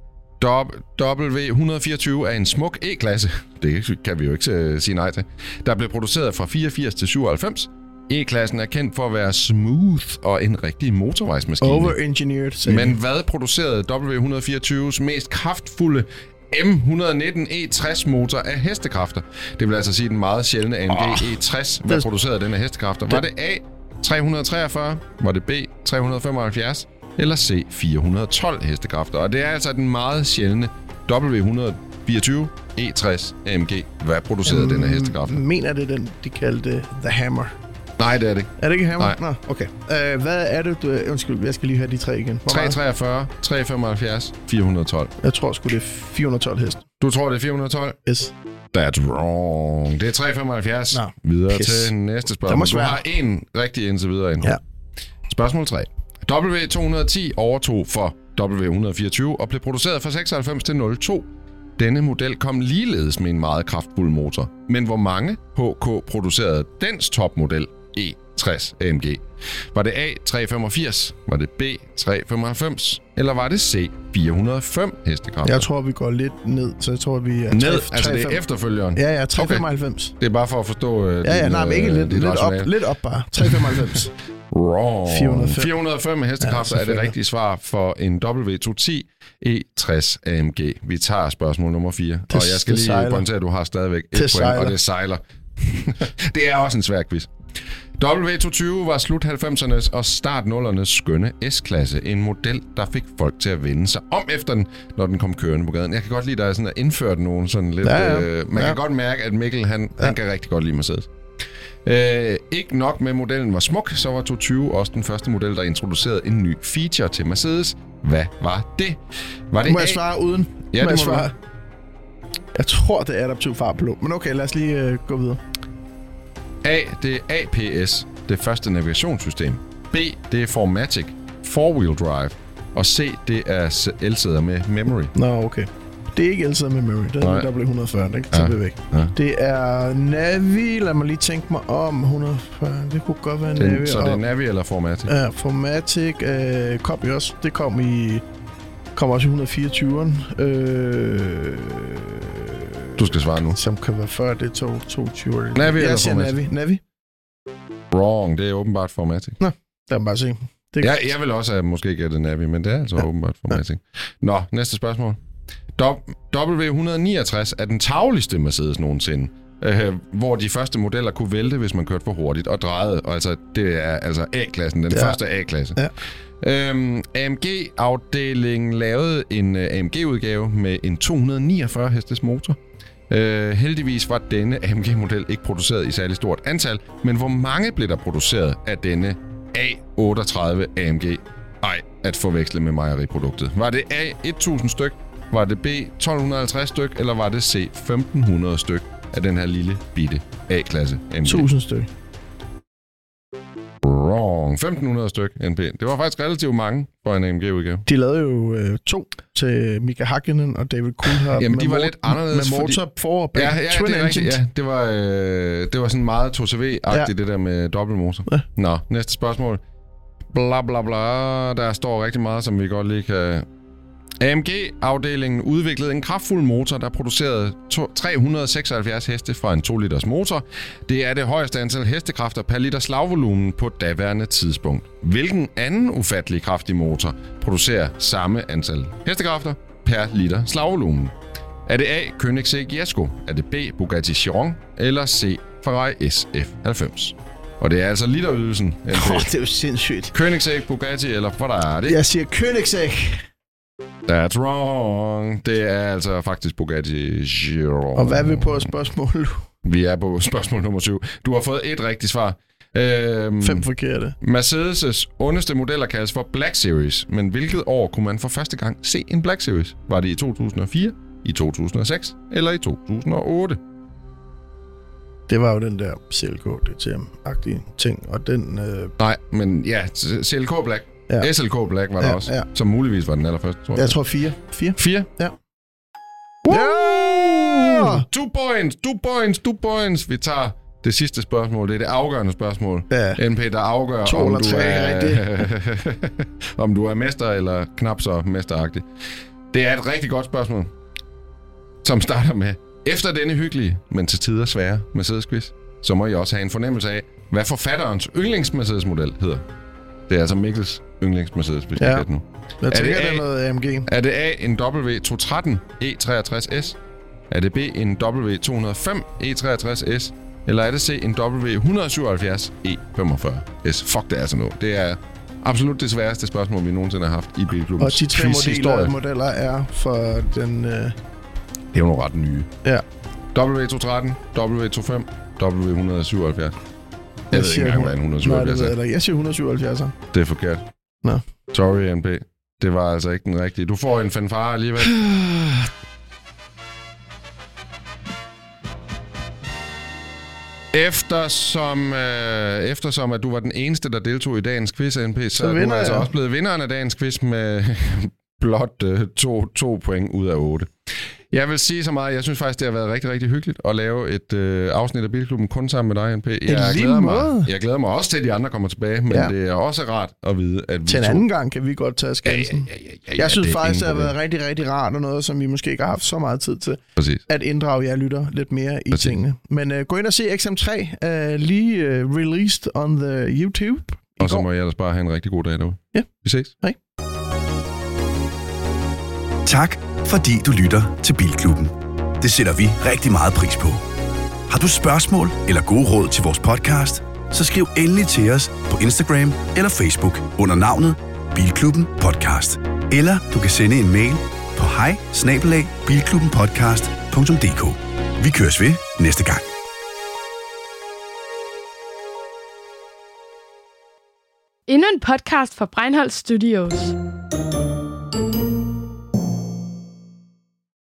W et hundrede og fireogtyve er en smuk E-klasse. Det kan vi jo ikke sige nej til. Der blev produceret fra fireogfirs til syvoghalvfems. E-klassen er kendt for at være smooth og en rigtig motorvejsmaskine. Overengineered. Men hvad producerede W et hundrede og fireogtyves mest kraftfulde M et hundrede og nitten E tres motor af hestekræfter? Det vil altså sige den meget sjældne A M G oh, E tres. Hvad det... producerede den af hestekræfter? Var det A tre hundrede og treogfyrre? Var det B tre hundrede og femoghalvfjerds? Eller C fire hundrede og tolv hestekræfter? Og det er altså den meget sjældne W et hundrede og fireogtyve E tres A M G. Hvad producerede um, den af hestekræfter? Mener det den, de kaldte The Hammer? Nej, det er det ikke. Er det ikke Hammer? Nej. Nå, okay. Uh, hvad er det, du... Undskyld, jeg skal lige have de tre igen. tre hundrede og treogfyrre, tre hundrede og femoghalvfjerds, fire hundrede og tolv. Jeg tror sgu, det er fire hundrede og tolv heste. Du tror, det er fire hundrede og tolv? Yes. That's wrong. Det er tre komma femoghalvfjerds. Nå, videre pis. til næste spørgsmål. Du har en rigtig indtil videre endnu. Ja. Spørgsmål tre. W to hundrede og ti overtog for W et hundrede og fireogtyve og blev produceret fra seksoghalvfems til nul to. Denne model kom ligeledes med en meget kraftfuld motor. Men hvor mange H K producerede dens topmodel E tres A M G? Var det A tre komma femogfirs? Var det B tre komma femoghalvfems? Eller var det C fire hundrede og fem hestekræfter? Jeg tror, vi går lidt ned, så jeg tror, vi er... Ned? tre, altså tre, det er fem. Efterfølgeren? Ja, ja, tre komma femoghalvfems. Okay. Det er bare for at forstå... Uh, ja, ja, din, nej, men ikke lidt, lidt op, lidt op bare. tre komma femoghalvfems. Wrong. fire hundrede og fem. fire hundrede og fem hestekræfter ja, er det rigtige svar for en W to ti E tres A M G. Vi tager spørgsmål nummer fire. Det, og jeg skal lige pointere, at du har stadigvæk et point, sejler. Og det sejler. Det er også en svær quiz. W to tyve var slut halvfemsernes og start nullernes skønne S-klasse. En model, der fik folk til at vende sig om efter den, når den kom kørende på gaden. Jeg kan godt lide, at der er sådan at indført nogen sådan lidt... Ja, ja. Øh, man ja. kan godt mærke, at Mikkel, han, ja. han kan rigtig godt lide Mercedes. Øh, ikke nok med modellen var smuk, så var to tyve også den første model, der introducerede en ny feature til Mercedes. Hvad var det? Var det Må jeg svare uden? Ja, må det jeg må svare. Jeg tror, det er adaptiv fartpilot. Men okay, lad os lige øh, gå videre. A, det er A P S, det første navigationssystem. B, det er Formatic, four-wheel drive. Og C, det er elsæder med memory. Nå, okay. Det er ikke elsæder med memory, det er W et hundrede og fyrre, det kan ja. væk. Ja. Det er Navi, lad mig lige tænke mig om, et hundrede og fyrre, det kunne godt være den, Navi. Så det er Navi eller Formatic? Ja, Formatic øh, kom jo også, det kom i, kom også i et hundrede og fireogtyveren. Øh, du skal svare nu. Som kan være før, det er toogtyve. Navi jeg eller siger Formatic? Navi. Navi. Wrong, det er åbenbart Formatic. Nå, lad mig bare se. Det ja, jeg vil også have måske gætte Navi, men det er altså ja. åbenbart Formatic. Ja. Nå, næste spørgsmål. W et hundrede og niogtres er den tarveligste Mercedes nogensinde, øh, hvor de første modeller kunne vælte, hvis man kørte for hurtigt og drejede. Og altså, det er altså A-klassen, den ja. første A-klasse. Ja. Øhm, A M G-afdelingen lavede en uh, A M G-udgave med en to hundrede og niogfyrre hestes motor. Øh, heldigvis var denne A M G-model ikke produceret i særlig stort antal, men hvor mange blev der produceret af denne A otteogtredive A M G? Ej, at forveksle med mejeriproduktet. Var det A tusind styk? Var det B tolv halvtreds styk, eller var det C femten hundrede styk af den her lille bitte A-klasse A M G? tusind styk. Wrong. femten hundrede styk N P. Det var faktisk relativt mange for en A M G-udgave. De lavede jo øh, to til Mika Hakkinen og David Coulthard. Jamen, de var lidt anderledes. Med motor fordi... for og bag. Ja, ja, Twin det engine. Ja, det var, øh, det var sådan meget to C V-agtigt, ja. det der med dobbeltmotor. Ja. Nå, næste spørgsmål. Bla bla bla. Der står rigtig meget, som vi godt lige kan... A M G-afdelingen udviklede en kraftfuld motor, der producerede tre hundrede og seksoghalvfjerds heste fra en to liters motor. Det er det højeste antal hestekræfter per liter slagvolumen på daværende tidspunkt. Hvilken anden ufattelig kraftig motor producerer samme antal hestekræfter per liter slagvolumen? Er det A. Koenigsegg Jesko? Er det B. Bugatti Chiron? Eller C. Ferrari S F halvfems? Og det er altså literydelsen. Åh, oh, det er jo sindssygt. Koenigsegg, Bugatti eller Ferrari? Jeg siger Koenigsegg. That's wrong. Det er altså faktisk Bugatti Chiron. Og hvad er vi på spørgsmål? Vi er på spørgsmål nummer syv. Du har fået et rigtigt svar. Øhm, Fem forkerte. Mercedes' ondeste modeller kaldes for Black Series. Men hvilket år kunne man for første gang se en Black Series? Var det i to tusind og fire, i to tusind og seks eller i to tusind og otte? Det var jo den der C L K D T M-agtige ting, og den... Øh... Nej, men ja, C L K Black. Ja. S L K Black var der ja, også, ja. Som muligvis var den allerførste, tror jeg. Jeg tror fire. Fire? Fire? Ja. Yeah! Two points, two points, two points. Vi tager det sidste spørgsmål. Det er det afgørende spørgsmål. Ja. N P, der afgør, to om eller du, tre, er, om du er mester eller knap så mesteragtig. Det er et rigtig godt spørgsmål, som starter med: efter denne hyggelige, men til tider svære Mercedes-quiz, så må I også have en fornemmelse af, hvad forfatterens yndlings-Mercedes-model hedder. Det er altså Mikkels yndlings-Mercedes, hvis ja. vi nu. Jeg tænker, det er noget A M G. Er det A, en W to tretten E treogtres S? Er det B, en W to hundrede og fem E treogtres S? Eller er det C, en W et hundrede og syvoghalvfjerds E femogfyrre S? Fuck, det er sådan noget. Det er absolut det sværeste spørgsmål, vi nogensinde har haft i Bilklubbens Og de tre modeller, modeller er for den... Øh... Det er jo nogle ret nye. Ja. W to tretten, W to fem, W et hundrede og syvoghalvfjerds. Jeg, jeg ved ikke engang, hvad en et hundrede og syvoghalvfjerds er. Jeg siger et hundrede og syvoghalvfjerds. Det er forkert. Nå. Sorry, N P. Det var altså ikke den rigtige. Du får en fanfare alligevel. Eftersom, øh, eftersom at du var den eneste, der deltog i dagens quiz, N P, så, så er du altså også blevet vinderen af dagens quiz med blot øh, to, to point ud af otte. Jeg vil sige så meget, jeg synes faktisk, det har været rigtig, rigtig hyggeligt at lave et øh, afsnit af Bilklubben kun sammen med dig, N P. Jeg glæder, mig, jeg glæder mig også til, at de andre kommer tilbage, men ja. det er også rart at vide, at vi til en to... anden gang kan vi godt tage skansen. Ja, ja, ja, ja, ja, jeg synes det faktisk, det har været rigtig, rigtig rart, og noget, som vi måske ikke har haft så meget tid til. Præcis. At inddrage jer lytter lidt mere i Præcis. tingene. Men uh, gå ind og se X M tre, uh, lige uh, released on the YouTube. Og så må jeg ellers bare have en rigtig god dag derude. Ja. Vi ses. Hej. Tak, fordi du lytter til Bilklubben. Det sætter vi rigtig meget pris på. Har du spørgsmål eller gode råd til vores podcast, så skriv endelig til os på Instagram eller Facebook under navnet Bilklubben Podcast. Eller du kan sende en mail på hej snabel-a bilklubbenpodcast punktum d k. Vi køres ved næste gang. Endnu en podcast fra Breinholt Studios.